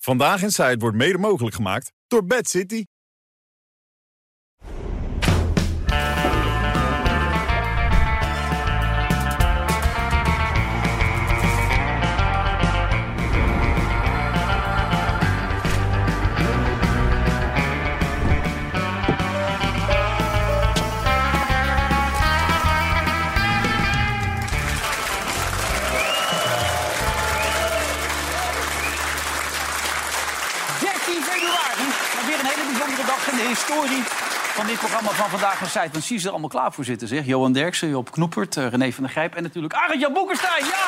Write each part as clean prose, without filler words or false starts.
Vandaag Inside wordt mede mogelijk gemaakt door Bad City. In de historie van dit programma van Vandaag Inside. Want zie je er allemaal klaar voor zitten, zeg. Johan Derksen, Job Knoepert, René van der Grijp en natuurlijk Arend-Jan Boekenstein. Ja!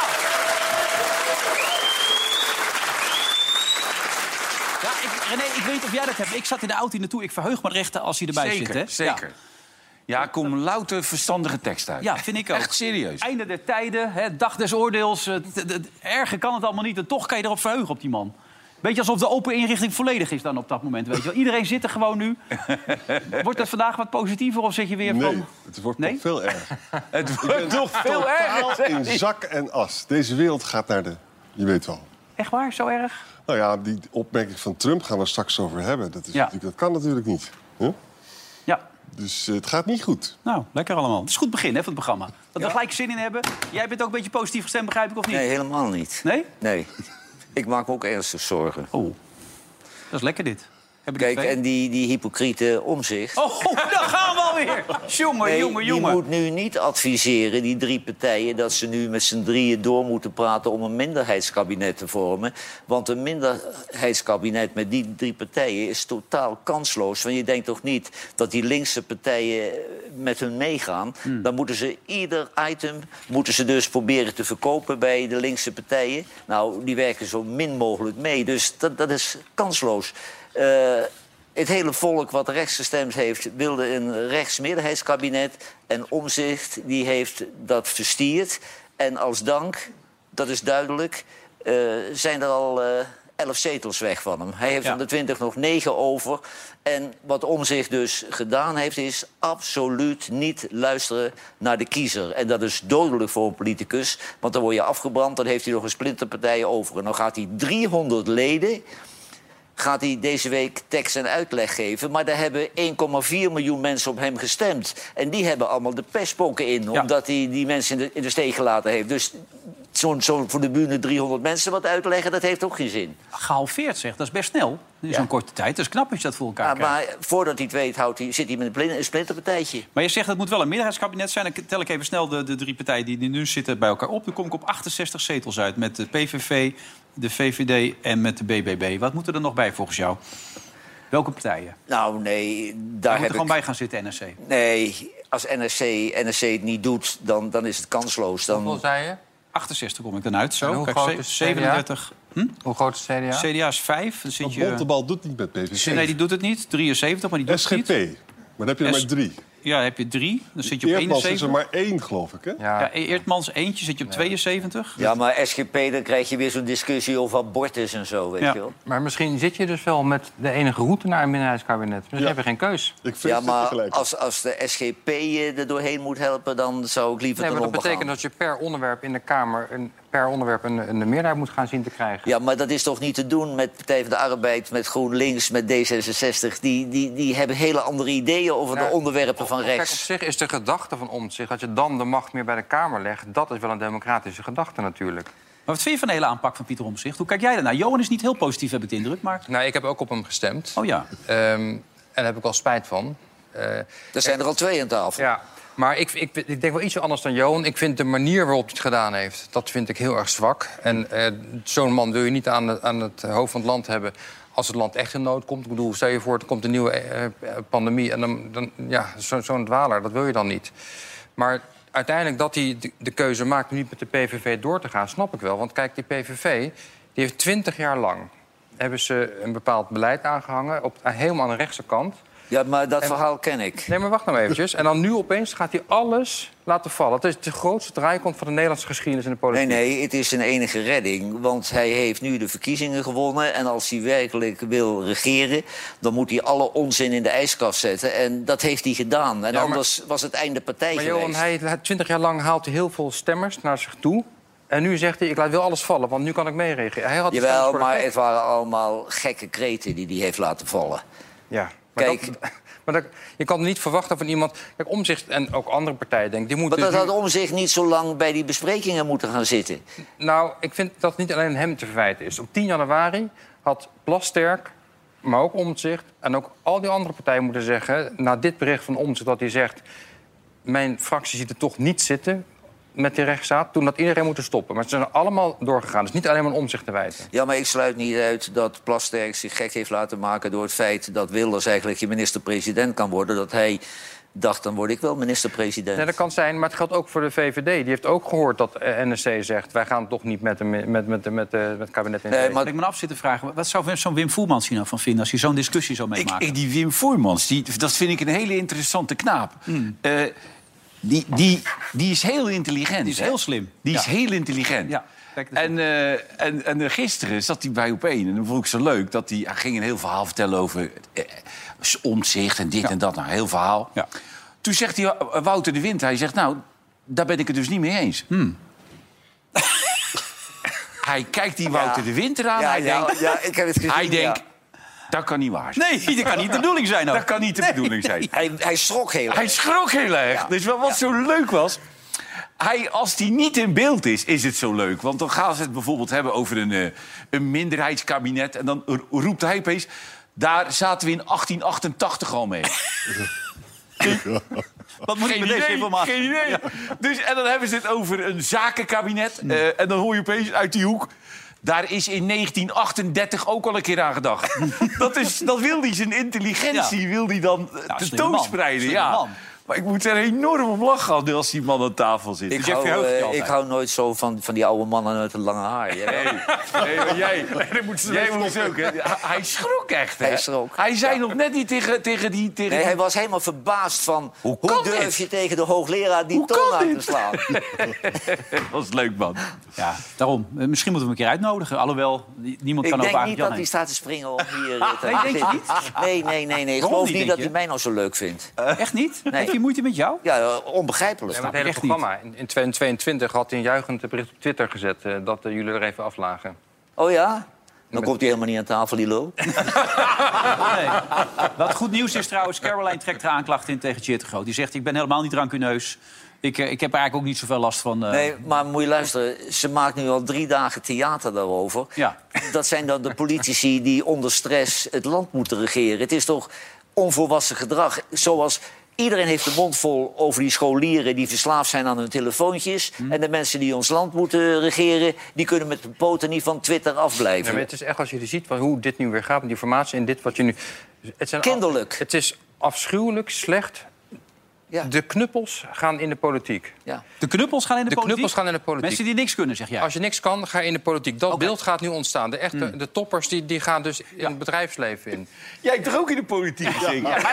René, ik weet niet of jij dat hebt. Ik zat in de auto hier naartoe. Ik verheug me rechten als hij erbij zit. Hè? Zeker. Ja, kom louter verstandige tekst uit. Ja, vind ik ook. Echt serieus. Einde der tijden, hè, dag des oordeels. Erger kan het allemaal niet. En toch kan je erop verheugen op die man. Weet je, alsof de open inrichting volledig is dan op dat moment. Weet je wel. Iedereen zit er gewoon nu. Wordt het vandaag wat positiever of zeg je weer van... Nee, het wordt nog veel erger. Het wordt nog veel erger. In zak en as. Deze wereld gaat naar de... Je weet wel. Echt waar? Zo erg? Nou ja, die opmerking van Trump gaan we straks over hebben. Dat kan natuurlijk niet. Huh? Ja. Dus het gaat niet goed. Nou, lekker allemaal. Het is een goed begin hè, van het programma. Dat we gelijk zin in hebben. Jij bent ook een beetje positief gestemd, begrijp ik, of niet? Nee, helemaal niet. Nee? Nee. Ik maak me ook ernstig zorgen. Oh, dat is lekker dit. Kijk, en die hypocriete Omtzigt... Oh, daar gaan we alweer. Jongen. Die moet nu niet adviseren, die drie partijen... dat ze nu met z'n drieën door moeten praten om een minderheidskabinet te vormen. Want een minderheidskabinet met die drie partijen is totaal kansloos. Want je denkt toch niet dat die linkse partijen met hun meegaan? Dan moeten ze ieder item dus proberen te verkopen bij de linkse partijen. Nou, die werken zo min mogelijk mee. Dus dat is kansloos. Het hele volk wat rechts gestemd heeft... wilde een rechtsmeerderheidskabinet. En Omtzigt die heeft dat verstierd. En als dank, dat is duidelijk... zijn er al 11 zetels weg van hem. Hij heeft van de 20 nog 9 over. En wat Omtzigt dus gedaan heeft... is absoluut niet luisteren naar de kiezer. En dat is dodelijk voor een politicus. Want dan word je afgebrand, dan heeft hij nog een splinterpartij over. En dan gaat hij 300 leden... gaat hij deze week tekst en uitleg geven. Maar daar hebben 1,4 miljoen mensen op hem gestemd. En die hebben allemaal de pestpokken in... omdat hij die mensen in de steek gelaten heeft. Dus zo'n voor de bühne 300 mensen wat uitleggen... dat heeft ook geen zin. Gehalveerd, zeg. Dat is best snel. In zo'n korte tijd. Dat is knap als je dat voor elkaar krijgt. Maar voordat hij het weet, zit hij met een splinterpartijtje. Maar je zegt dat het moet wel een meerderheidskabinet zijn. Dan tel ik even snel de drie partijen die nu zitten bij elkaar op. Dan kom ik op 68 zetels uit. Met de PVV, de VVD en met de BBB. Wat moet er nog bij volgens jou? Welke partijen? Nou, nee, daar moet er gewoon bij gaan zitten, NSC. Nee, als NSC het niet doet, dan is het kansloos. Hoeveel zei je? 68 kom ik dan uit. Zo. En hoe groot is 37. Hoe groot is CDA? CDA is 5. Dan zit je... Bontebal doet niet met PVV. Nee, die doet het niet. 73, maar die doet SGP. het niet. Maar dan heb je er maar 3. Ja, dan heb je 3. Dan zit je op Eertmans 71. is er maar 1, geloof ik, hè? Ja, Eertmans eentje, zit je op 72. Ja, maar SGP, dan krijg je weer zo'n discussie over abortus en zo, weet je wel. Maar misschien zit je dus wel met de enige route naar een minderheidskabinet. Misschien heb je geen keus. Maar als de SGP je er doorheen moet helpen, dan zou ik liever maar dat begaan. betekent dat je per onderwerp in de Kamer... per onderwerp een meerderheid moet gaan zien te krijgen. Ja, maar dat is toch niet te doen met Partij van de Arbeid, met GroenLinks, met D66. Die hebben hele andere ideeën over de onderwerpen van rechts. Kijk, op zich is de gedachte van Omtzigt... dat je dan de macht meer bij de Kamer legt... dat is wel een democratische gedate natuurlijk. Maar wat vind je van de hele aanpak van Pieter Omtzigt? Hoe kijk jij daarnaar? Johan is niet heel positief, heb ik de indruk. Maar... Nou, ik heb ook op hem gestemd. Oh ja. En daar heb ik wel spijt van. Er zijn er al 2 aan tafel. Ja. Maar ik denk wel iets anders dan Johan. Ik vind de manier waarop hij het gedaan heeft... dat vind ik heel erg zwak. En zo'n man wil je niet aan het hoofd van het land hebben... als het land echt in nood komt. Ik bedoel, stel je voor, er komt een nieuwe pandemie... en dan zo'n dwaler, dat wil je dan niet. Maar uiteindelijk dat hij de keuze maakt... om niet met de PVV door te gaan, snap ik wel. Want kijk, die PVV die heeft 20 jaar lang... hebben ze een bepaald beleid aangehangen... helemaal aan de rechtse kant... Ja, maar dat verhaal ken ik. Nee, maar wacht nou eventjes. En dan nu opeens gaat hij alles laten vallen. Het is de grootste draaikont van de Nederlandse geschiedenis in de politiek. Nee, het is zijn enige redding. Want hij heeft nu de verkiezingen gewonnen. En als hij werkelijk wil regeren... dan moet hij alle onzin in de ijskast zetten. En dat heeft hij gedaan. En anders was het einde partij geweest. Maar Johan, 20 jaar lang haalt hij heel veel stemmers naar zich toe. En nu zegt hij, ik laat wel alles vallen, want nu kan ik meeregeren. Hij had Jawel, maar het waren allemaal gekke kreten die hij heeft laten vallen. Ja, maar Kijk, je kan niet verwachten van iemand... Kijk, Omtzigt en ook andere partijen denken... Die moeten maar dat had Omtzigt niet zo lang bij die besprekingen moeten gaan zitten. Nou, ik vind dat niet alleen hem te verwijten is. Op 10 januari had Plasterk, maar ook Omtzigt... en ook al die andere partijen moeten zeggen... na dit bericht van Omtzigt dat hij zegt... mijn fractie ziet er toch niet zitten met die rechtsstaat... toen dat iedereen moet stoppen. Maar ze zijn allemaal doorgegaan. Dus niet alleen maar Omtzigt te wijten. Ja, maar ik sluit niet uit dat Plasterk zich gek heeft laten maken... door het feit dat Wilders eigenlijk geen minister-president kan worden. Dat hij dacht, dan word ik wel minister-president. Nee, dat kan zijn, maar het geldt ook voor de VVD. Die heeft ook gehoord dat NSC zegt... wij gaan toch niet met het kabinet in. Nee, maar Ik me af zitten vragen, wat zou zo'n Wim Voermans hier nou van vinden... als hij zo'n discussie zou meemaken? Die Wim Voermans, dat vind ik een hele interessante knaap. Die is heel intelligent. Die is heel slim. Die is heel intelligent. Ja. En gisteren zat hij bij Op1 en dan vond ik zo leuk... dat hij ging een heel verhaal vertellen over Omtzigt en dit en dat. Nou, heel verhaal. Ja. Toen zegt hij, Wouter de Wind, hij zegt... nou, daar ben ik het dus niet mee eens. Hij kijkt die Wouter de Wind eraan. Hij denkt, ik heb het gezien. hij denkt, dat kan niet waar zijn. Nee, dat kan niet de bedoeling zijn. Dat kan niet de bedoeling zijn. Hij schrok heel erg. Hij schrok heel erg. Ja. Dus wat zo leuk was... als hij niet in beeld is het zo leuk. Want dan gaan ze het bijvoorbeeld hebben over een minderheidskabinet... en dan roept hij opeens... daar zaten we in 1888 al mee. Wat moet ik met deze informatie? Geen idee. Ja. Dus, en dan hebben ze het over een zakenkabinet. En dan hoor je opeens uit die hoek... daar is in 1938 ook al een keer aan gedacht. dat wil hij, zijn intelligentie wil hij dan tentoonspreiden. Ja. Maar ik moet er enorm om lachen als die man aan tafel zit. Ik hou nooit zo van die oude mannen met een lange haar. Nee, maar jij moest ook. Hè. Hij schrok echt. Hè? Hij schrok. Hij zei nog net niet tegen die... Nee, hij was helemaal verbaasd van... Hoe durf je tegen de hoogleraar die toon aan te slaan? Dat was leuk, man. Ja, daarom. Misschien moeten we hem een keer uitnodigen. Alhoewel, niemand kan Ik ook denk niet dat hij staat te springen om hier te denk je niet? Nee. Ik geloof niet dat hij mij nou zo leuk vindt. Echt niet? Nee. Heeft hij moeite met jou? Ja, onbegrijpelijk. Het hele programma. In 2022 had hij een juichend bericht op Twitter gezet... dat jullie er even aflagen. Oh ja? Dan komt hij helemaal niet aan tafel, die lul. Nee. Wat goed nieuws is trouwens, Caroline trekt haar aanklacht in tegen Tjeerd de Groot. Die zegt, ik ben helemaal niet rancuneus. Ik heb eigenlijk ook niet zoveel last van... Nee, maar moet je luisteren. Ze maakt nu al 3 dagen theater daarover. Ja. Dat zijn dan de politici die onder stress het land moeten regeren. Het is toch onvolwassen gedrag. Zoals... Iedereen heeft de mond vol over die scholieren die verslaafd zijn aan hun telefoontjes. En de mensen die ons land moeten regeren... die kunnen met de poten niet van Twitter afblijven. Ja, maar het is echt, als je ziet hoe dit nu weer gaat... met die informatie en dit wat je nu... Kinderlijk. Het is afschuwelijk, slecht. Ja. De knuppels gaan in de politiek. Ja. De knuppels gaan in de politiek? Knuppels gaan in de politiek. Mensen die niks kunnen, zeg jij? Als je niks kan, ga je in de politiek. Dat beeld gaat nu ontstaan. De toppers die gaan dus in het bedrijfsleven in. Jij toch ook in de politiek gezeten? Ik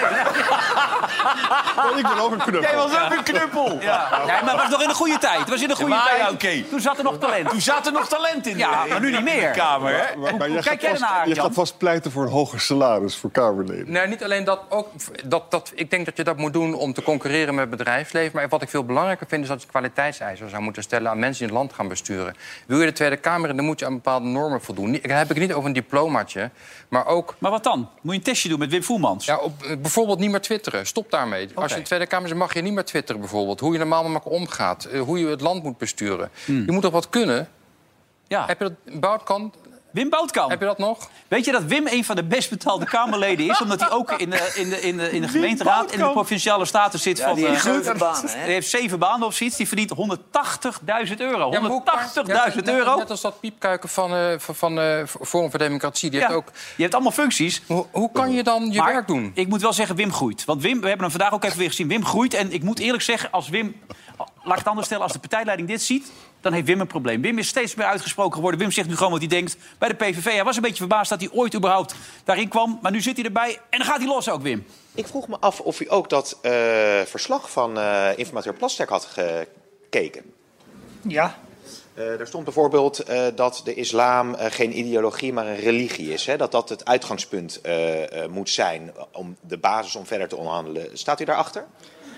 ben ook een knuppel. Jij was ook een knuppel. Ja, maar het was nog in een goede tijd. Het was in een goede tijd. Ja, okay. Toen zat er nog talent. Toen zat er nog talent in maar nu niet meer. De Kamer, hè? Maar Hoe kijk jij ernaar, je Jan? gaat vast pleiten voor een hoger salaris voor Kamerleden. Nee, niet alleen dat. Ook ik denk dat je dat moet doen om te concurreren met het bedrijfsleven. Maar wat ik veel belangrijker vind, is dat je kwaliteitseisen zou moeten stellen aan mensen die het land gaan besturen. Wil je de Tweede Kamer in, dan moet je aan bepaalde normen voldoen. Dan heb ik het niet over een diplomaatje, maar ook... Maar wat dan? Moet je een testje doen met Wim Voermans? Ja, bijvoorbeeld niet meer twitteren. Stop daarmee. Okay. Als je in de Tweede Kamer zit, mag je niet meer twitteren bijvoorbeeld. Hoe je normaal met elkaar omgaat. Hoe je het land moet besturen. Je moet toch wat kunnen? Ja. Heb je dat... Boutkamp? Wim Boutkamp. Heb je dat nog? Weet je dat Wim een van de best betaalde Kamerleden is? Omdat hij ook in de gemeenteraad, in de provinciale staten zit. Ja, die heeft 7 banen. Hè? Hij heeft 7 banen of zoiets. Die verdient €180.000. Ja, €180.000. Net als dat piepkuiken van Forum voor Democratie. Die heeft ook... Je hebt allemaal functies. Hoe kan je dan je werk doen? Ik moet wel zeggen, Wim groeit. Want Wim, we hebben hem vandaag ook even weer gezien. Wim groeit. En ik moet eerlijk zeggen, als Wim... Laat ik het anders stellen, als de partijleiding dit ziet... dan heeft Wim een probleem. Wim is steeds meer uitgesproken geworden. Wim zegt nu gewoon wat hij denkt bij de PVV. Hij was een beetje verbaasd dat hij ooit überhaupt daarin kwam. Maar nu zit hij erbij en dan gaat hij los ook, Wim. Ik vroeg me af of u ook dat verslag van informateur Plasterk had gekeken. Ja. Er stond bijvoorbeeld dat de islam geen ideologie, maar een religie is. Hè? Dat dat het uitgangspunt moet zijn om de basis om verder te onderhandelen. Staat u daarachter?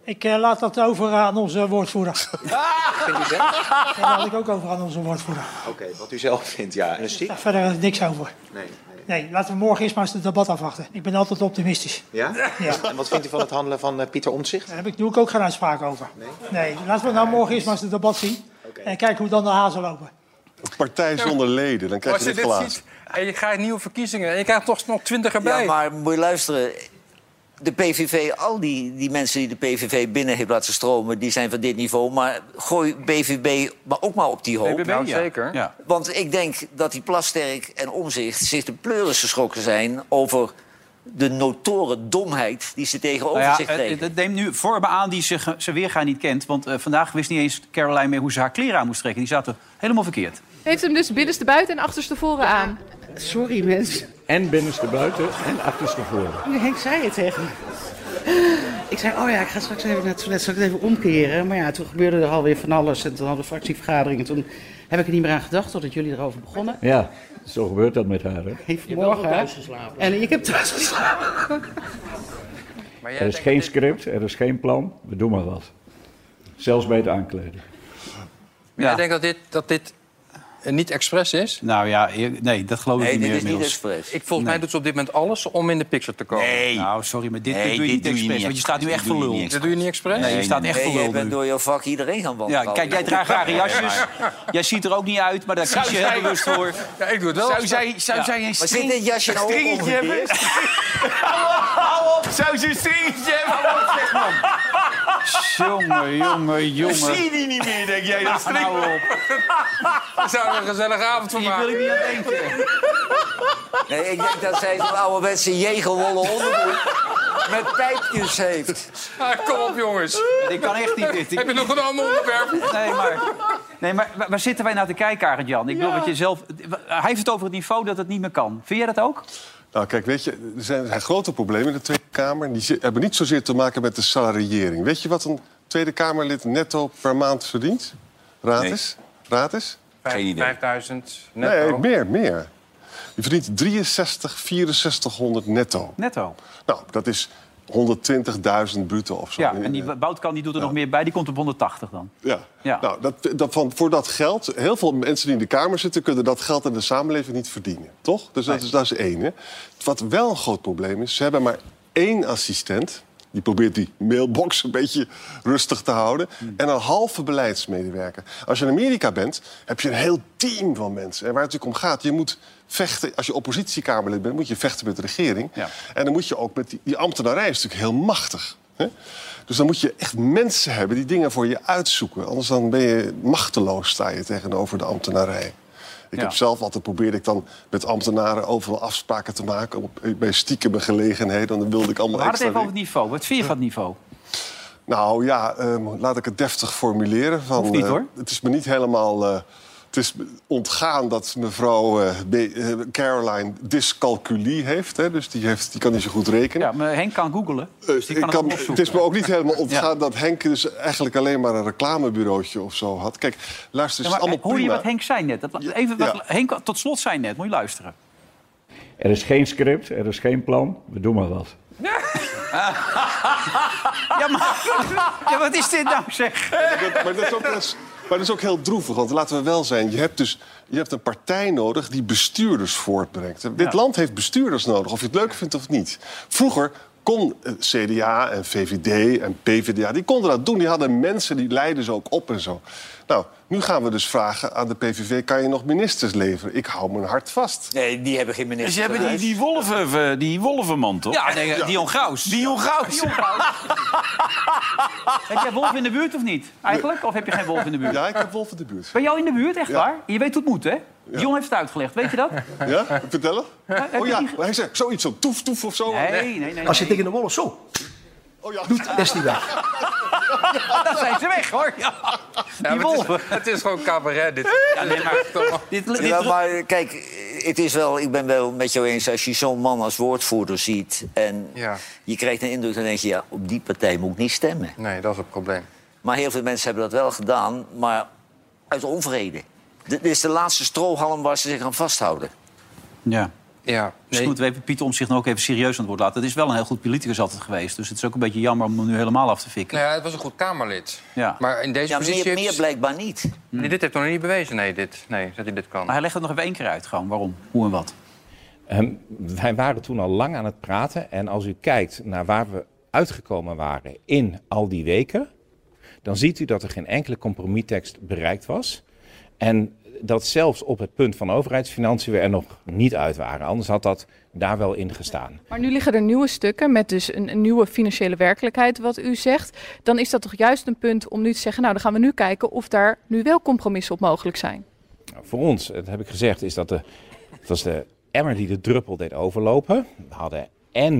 Ik laat dat over aan onze woordvoerder. Vindt u zelf? Dat laat ik ook over aan onze woordvoerder. Oké, wat u zelf vindt, ja. En Er staat verder niks over. Nee. Nee, laten we morgen eerst maar eens het debat afwachten. Ik ben altijd optimistisch. Ja? Ja. En wat vindt u van het handelen van Pieter Omtzigt? Daar doe ik ook geen uitspraak over. Nee, laten we nou morgen eerst maar eens het debat zien. En kijken hoe dan de hazen lopen. Een partij zonder leden, dan krijg Als je je dit dit glazen. ziet en je krijgt nieuwe verkiezingen... en je krijgt toch nog 20 erbij. Ja, maar moet je luisteren. De PVV, al die mensen die de PVV binnen heeft laten stromen... die zijn van dit niveau. Maar gooi BVB maar ook maar op die hoop. Nou, zeker. Ja. Want ik denk dat die Plasterk en Omtzigt zich de pleuris geschrokken zijn... over de notoren domheid die ze tegenover zich kregen. Het neemt nu vormen aan die ze weergaan niet kent. Want vandaag wist niet eens Caroline meer hoe ze haar kleren aan moest trekken. Die zaten helemaal verkeerd. Heeft hem dus binnenste buiten en achterste voren aan. Sorry, mensen. En binnenste buiten en achterste voren. Henk zei het tegen me. Ik zei, oh ja, ik ga straks even naar het toilet, zal ik het even omkeren? Maar ja, toen gebeurde er alweer van alles en toen hadden we fractievergadering. En toen heb ik er niet meer aan gedacht totdat jullie erover begonnen. Ja, zo gebeurt dat met haar. Hè? Heeft morgen thuis geslapen. En ik heb thuis geslapen. Maar jij Er is denkt geen dat script, er is geen plan, we doen maar wat. Zelfs bij het aankleden. Jij denkt dat dit niet expres is? Nou ja, nee, dat geloof ik Nee, niet dit meer is niet inmiddels. expres. Volgens mij doet ze op dit moment alles om in de picture te komen. Nee. Nou, sorry, maar dit Nee, doe je niet dit doe je expres. niet Want je staat nu echt voor lul. Dat doe je niet expres? Nee, je staat echt Nee, voor jij lul bent nu. door jouw vak iedereen gaan Ja, wantrouwen. kijk, jij draagt rare jasjes. Jij ziet er ook niet uit, maar daar kies je heel bewust voor. Ja, ik doe het wel. Zou zij een Maar zit dit jasje nou ook stringetje hebben? omgekeerd? Hou op! Zou ze een stringetje hebben? Jongen. Zie je die niet meer, denk jij? Dat Nou op. Daar zou er een gezellige avond van Hier maken. wil ik niet aan denken. Nee, ik denk dat zij zo'n ouderwetse jegerwollen onderbroek met pijpjes heeft. Ah, kom op, jongens. Ik kan echt niet dit. Heb je nog een ander onderwerp? Nee, maar waar zitten wij naar te kijken, Arend Jan? Ik wil dat je zelf... Hij heeft het over het niveau dat het niet meer kan. Vind jij dat ook? Nou, kijk, weet je, er zijn grote problemen in de Tweede Kamer. Die hebben niet zozeer te maken met de salariëring. Weet je wat een Tweede Kamerlid netto per maand verdient? Raad eens. Geen idee. 5000 netto. Nee, meer. Je verdient 6400 netto. Netto. Nou, dat is 120.000 bruto of zo. Ja, en die Boutkan die doet er nog meer bij. Die komt op 180 dan. Ja. Ja. Nou, voor dat geld, heel veel mensen die in de Kamer zitten... kunnen dat geld in de samenleving niet verdienen, toch? Dus dat is één. Hè? Wat wel een groot probleem is, ze hebben maar 1 assistent... die probeert die mailbox een beetje rustig te houden... en een halve beleidsmedewerker. Als je in Amerika bent, heb je een heel team van mensen. En waar het natuurlijk om gaat, je moet vechten... als je oppositiekamerlid bent, moet je vechten met de regering. Ja. En dan moet je ook met die ambtenarij is natuurlijk heel machtig. Hè? Dus dan moet je echt mensen hebben die dingen voor je uitzoeken. Anders dan ben je machteloos, sta je tegenover de ambtenarij. Ik heb zelf altijd probeerde ik dan met ambtenaren overal afspraken te maken... bij stiekeme gelegenheden. Dan wilde ik allemaal We hadden het extra... even over het niveau. Wat vind je van het niveau? Nou ja, laat ik het deftig formuleren. Hoeft niet, hoor. Het is me niet helemaal... het is ontgaan dat mevrouw Caroline dyscalculie heeft. Hè, dus die kan niet zo goed rekenen. Ja, maar Henk kan googlen. Dus die kan het opzoeken. Het is me ook niet helemaal ontgaan dat Henk dus eigenlijk alleen maar een reclamebureautje of zo had. Kijk, luister, het is allemaal hoor je prima. wat Henk zei net? Henk tot slot zei net, moet je luisteren. Er is geen script, er is geen plan, we doen maar wat. Ja, wat is dit nou, zeg? Maar dat is ook heel droevig, want laten we wel zijn... je hebt een partij nodig die bestuurders voortbrengt. Dit land heeft bestuurders nodig, of je het leuk vindt of niet. Vroeger kon CDA en VVD en PvdA, die konden dat doen. Die hadden mensen, die leidden ze ook op en zo. Nou, nu gaan we dus vragen aan de PVV... kan je nog ministers leveren? Ik hou mijn hart vast. Nee, die hebben geen minister. Ze hebben die wolvenman, toch? Ja, nee, Dion Graus. Dion Graus. Heb jij wolf in de buurt of niet? Eigenlijk? Of heb je geen wolf in de buurt? Ja, ik heb wolf in de buurt. Ben jou in de buurt, echt waar? Je weet hoe het moet, hè? Dion heeft het uitgelegd, weet je dat? Ja, vertellen? Heb Oh je ja, die- hij zegt zoiets zo toef of zo. Nee. Als je tegen de wolf zo Oh ja. doet, is die weg. Dan zijn ze weg, hoor. Ja. Die wolven. Het is gewoon cabaret, dit. Ja, nee, maar Ja, maar kijk, het is wel, ik ben wel met jou eens... als je zo'n man als woordvoerder ziet... en je krijgt een indruk, dan denk je... ja, op die partij moet ik niet stemmen. Nee, dat is het probleem. Maar heel veel mensen hebben dat wel gedaan, maar uit onvrede. Dit is de laatste strohalm waar ze zich aan vasthouden. Ja. Ja, Dus moeten we even Pieter Omtzigt nog ook even serieus aan het woord laten. Het is wel een heel goed politicus altijd geweest. Dus het is ook een beetje jammer om hem nu helemaal af te fikken. Nou ja, het was een goed Kamerlid. Ja. Maar in deze positie meer blijkbaar niet. Nee, dit heeft nog niet bewezen, dat hij dit kan. Maar hij legt het nog even 1 keer uit, gewoon. Waarom? Hoe en wat? Wij waren toen al lang aan het praten. En als u kijkt naar waar we uitgekomen waren in al die weken, dan ziet u dat er geen enkele compromistekst bereikt was. En dat zelfs op het punt van overheidsfinanciën we er nog niet uit waren. Anders had dat daar wel in gestaan. Maar nu liggen er nieuwe stukken met dus een nieuwe financiële werkelijkheid, wat u zegt. Dan is dat toch juist een punt om nu te zeggen, nou, dan gaan we nu kijken of daar nu wel compromissen op mogelijk zijn. Nou, voor ons, dat heb ik gezegd, is dat het was de emmer die de druppel deed overlopen. We hadden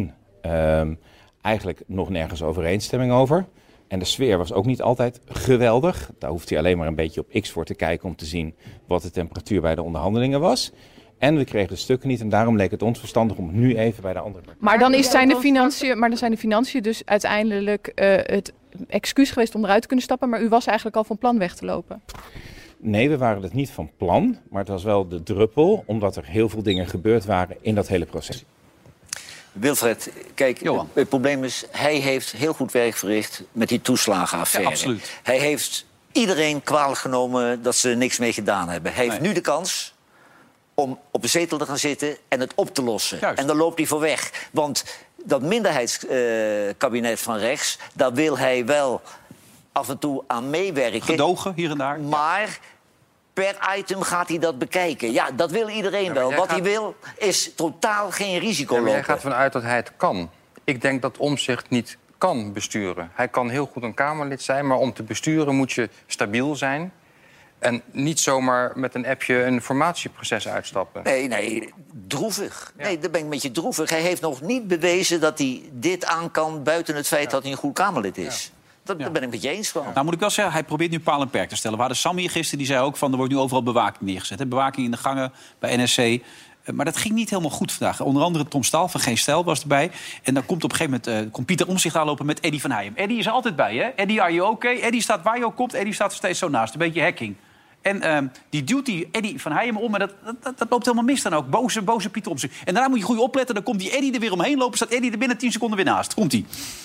eigenlijk nog nergens overeenstemming over. En de sfeer was ook niet altijd geweldig. Daar hoeft hij alleen maar een beetje op X voor te kijken om te zien wat de temperatuur bij de onderhandelingen was. En we kregen de stukken niet en daarom leek het ons verstandig om het nu even bij de andere partij. Maar dan zijn de financiën dus uiteindelijk het excuus geweest om eruit te kunnen stappen. Maar u was eigenlijk al van plan weg te lopen. Nee, we waren het niet van plan, maar het was wel de druppel, omdat er heel veel dingen gebeurd waren in dat hele proces. Wilfred, kijk, het probleem is, hij heeft heel goed werk verricht met die toeslagenaffaire. Ja, absoluut. Hij heeft iedereen kwalijk genomen dat ze er niks mee gedaan hebben. Hij heeft nu de kans om op een zetel te gaan zitten en het op te lossen. Juist. En dan loopt hij voor weg. Want dat minderheidskabinet van rechts, daar wil hij wel af en toe aan meewerken. Gedogen hier en daar. Maar per item gaat hij dat bekijken. Ja, dat wil iedereen wel. Wat hij wil is totaal geen risico lopen. Jij gaat ervan uit dat hij het kan. Ik denk dat Omtzigt niet kan besturen. Hij kan heel goed een Kamerlid zijn, maar om te besturen moet je stabiel zijn. En niet zomaar met een appje een formatieproces uitstappen. Nee, droevig. Ja. Nee, daar ben ik met je droevig. Hij heeft nog niet bewezen dat hij dit aan kan, buiten het feit dat hij een goed Kamerlid is. Ja. Daar ben ik met je eens van. Nou moet ik wel zeggen, hij probeert nu paal en perk te stellen. We hadden Sam hier gisteren, die zei ook van, er wordt nu overal bewaking neergezet. Hè? Bewaking in de gangen bij NSC. Maar dat ging niet helemaal goed vandaag. Onder andere Tom Staal van Geen Stijl was erbij. En dan komt op een gegeven moment komt Pieter Omtzigt aanlopen met Eddy van Heijem. Eddy is er altijd bij, hè? Eddy, are you okay? Eddy staat waar je ook komt. Eddy staat er steeds zo naast. Een beetje hacking. En die duwt die Eddy van Heijem om. En dat loopt helemaal mis dan ook. Boze Pieter Omtzigt. En daarna moet je goed opletten. Dan komt die Eddy er weer omheen lopen. Staat Eddy er binnen 10 seconden weer naast. Komt-ie.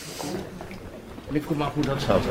Ik vroeg me af hoe dat zat.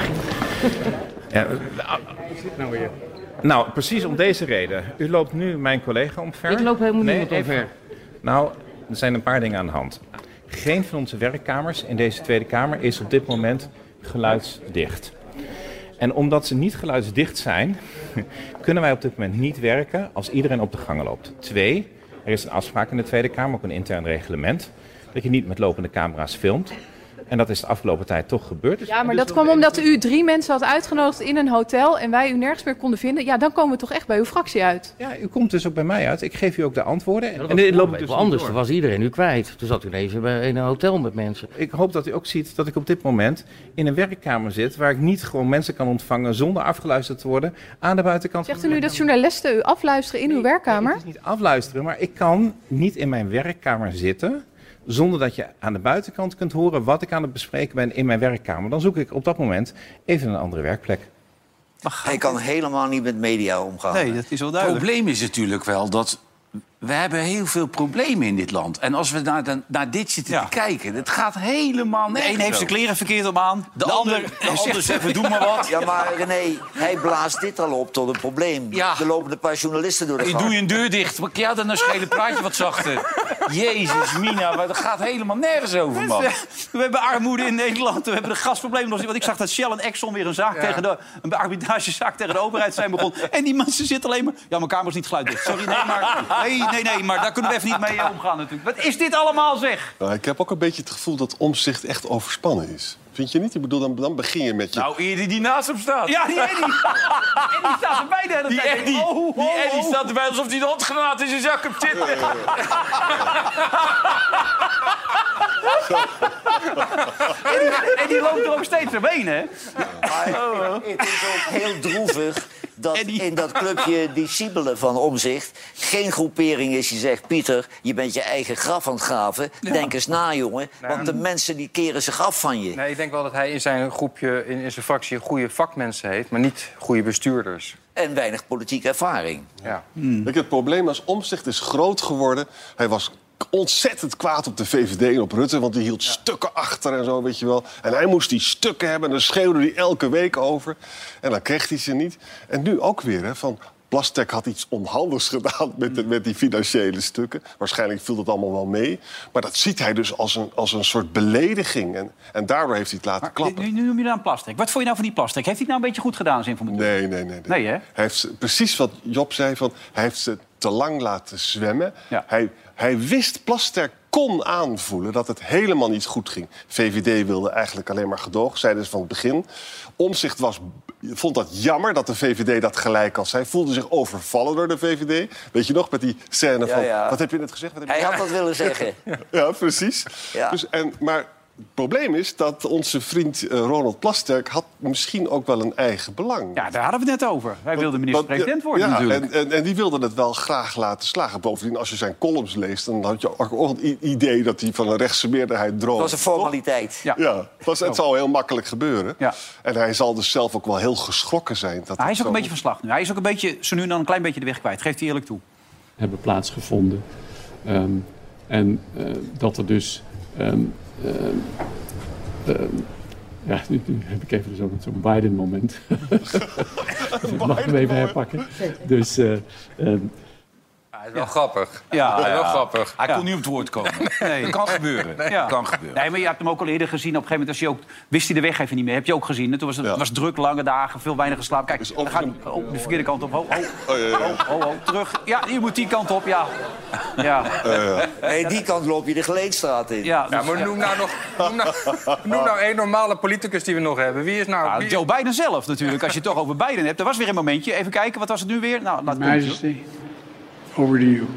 Nou, precies om deze reden. U loopt nu mijn collega omver. Ik loop helemaal niet omver. Nou, er zijn een paar dingen aan de hand. Geen van onze werkkamers in deze Tweede Kamer is op dit moment geluidsdicht. En omdat ze niet geluidsdicht zijn, kunnen wij op dit moment niet werken als iedereen op de gangen loopt. 2, er is een afspraak in de Tweede Kamer, ook een intern reglement, dat je niet met lopende camera's filmt. En dat is de afgelopen tijd toch gebeurd. Ja, maar dat kwam omdat u 3 mensen had uitgenodigd in een hotel en wij u nergens meer konden vinden. Ja, dan komen we toch echt bij uw fractie uit. Ja, u komt dus ook bij mij uit. Ik geef u ook de antwoorden. Ja, en dit loopt dus anders. Toen was iedereen u kwijt. Toen zat u even in een hotel met mensen. Ik hoop dat u ook ziet dat ik op dit moment in een werkkamer zit waar ik niet gewoon mensen kan ontvangen zonder afgeluisterd te worden aan de buitenkant. Zegt u nu dat journalisten u afluisteren in uw werkkamer? Nee, het is niet afluisteren, maar ik kan niet in mijn werkkamer zitten zonder dat je aan de buitenkant kunt horen wat ik aan het bespreken ben in mijn werkkamer. Dan zoek ik op dat moment even een andere werkplek. Hij kan helemaal niet met media omgaan. Nee, dat is wel Het duidelijk. probleem is natuurlijk wel dat we hebben heel veel problemen in dit land. En als we naar dit zitten te kijken, het gaat helemaal nergens. De een heeft zijn kleren verkeerd op aan. De ander zegt even, doe maar wat. Ja, maar René, hij blaast dit al op tot een probleem. Ja. Er lopen een paar journalisten door de gang. Doe je een deur dicht. Ja, dan een schele praatje wat zachter. Jezus, Mina, maar dat gaat helemaal nergens over, man. We hebben armoede in Nederland. We hebben de gasproblemen nog niet. Want ik zag dat Shell en Exxon weer een arbitragezaak tegen de overheid zijn begonnen. En die mensen zitten alleen maar. Ja, mijn kamer is niet geluiddicht. Sorry, nee, maar daar kunnen we even niet mee omgaan natuurlijk. Wat is dit allemaal, zeg? Nou, ik heb ook een beetje het gevoel dat Omtzigt echt overspannen is. Vind je niet? Ik bedoel, dan begin je met je... Nou, eerder die naast hem staat. Ja, die Eddy. Eddy staat erbij de hele tijd. Die Eddy staat erbij alsof hij de handgranaat in zijn zak heeft zitten. En die loopt er ook steeds omheen, hè? Maar het is ook heel droevig in dat clubje discipelen van Omtzigt geen groepering is die zegt... Pieter, je bent je eigen graf aan het graven. Ja. Denk eens na, jongen. Want de mensen die keren zich af van je. Nee, ik denk wel dat hij in zijn groepje, in zijn fractie... goede vakmensen heeft, maar niet goede bestuurders. En weinig politieke ervaring. Ja. Het probleem is, Omtzigt is groot geworden. Hij was ontzettend kwaad op de VVD en op Rutte... want die hield stukken achter en zo, weet je wel. En hij moest die stukken hebben en daar schreeuwde hij elke week over. En dan kreeg hij ze niet. En nu ook weer, hè, van... Plasterk had iets onhandigs gedaan met die financiële stukken. Waarschijnlijk viel dat allemaal wel mee. Maar dat ziet hij dus als een soort belediging. En daardoor heeft hij het laten klappen. Nu noem je dan Plasterk. Wat vond je nou van die Plasterk? Heeft hij het nou een beetje goed gedaan, zin van mijn Nee. Nee, hè? Hij heeft precies wat Job zei, hij heeft ze te lang laten zwemmen. Ja. Hij wist, Plasterk kon aanvoelen dat het helemaal niet goed ging. VVD wilde eigenlijk alleen maar gedoog, zeiden ze van het begin. Omtzigt vond dat jammer dat de VVD dat gelijk had. Hij voelde zich overvallen door de VVD. Weet je nog, met die scène van... Ja. Wat heb je net gezegd? Hij had dat willen zeggen. Ja, precies. Ja. Dus, maar het probleem is dat onze vriend Ronald Plasterk... had misschien ook wel een eigen belang. Ja, daar hadden we het net over. Hij wilde minister-president worden natuurlijk. En die wilde het wel graag laten slagen. Bovendien, als je zijn columns leest... dan had je ook het idee dat hij van een rechtse meerderheid droomt. Dat was een formaliteit. Het zal heel makkelijk gebeuren. Ja. En hij zal dus zelf ook wel heel geschrokken zijn. Hij is ook een beetje van slag nu. Hij is ook een beetje, zo nu en dan een klein beetje de weg kwijt. Geeft hij eerlijk toe. Hebben plaatsgevonden. Dat er dus... nu heb ik even zo'n Biden-moment. Mag ik hem even herpakken? Dus... Hij is wel grappig. Wel grappig. Hij kon niet op het woord komen. Nee. Dat kan gebeuren. Nee, maar je hebt hem ook al eerder gezien. Op een gegeven moment wist hij de weg even niet meer. Heb je ook gezien. Toen was druk, lange dagen, veel weinig geslapen. Kijk, dus dan gaat hij de verkeerde kant op. Terug. Ja, je moet die kant op, Nee, die kant loop je de Geleedstraat in. Maar noem nou één normale politicus die we nog hebben. Wie is nou... Joe Biden zelf natuurlijk, als je het toch over Biden hebt. Er was weer een momentje. Even kijken, wat was het nu weer? Nou, laat Majesty. Over to you.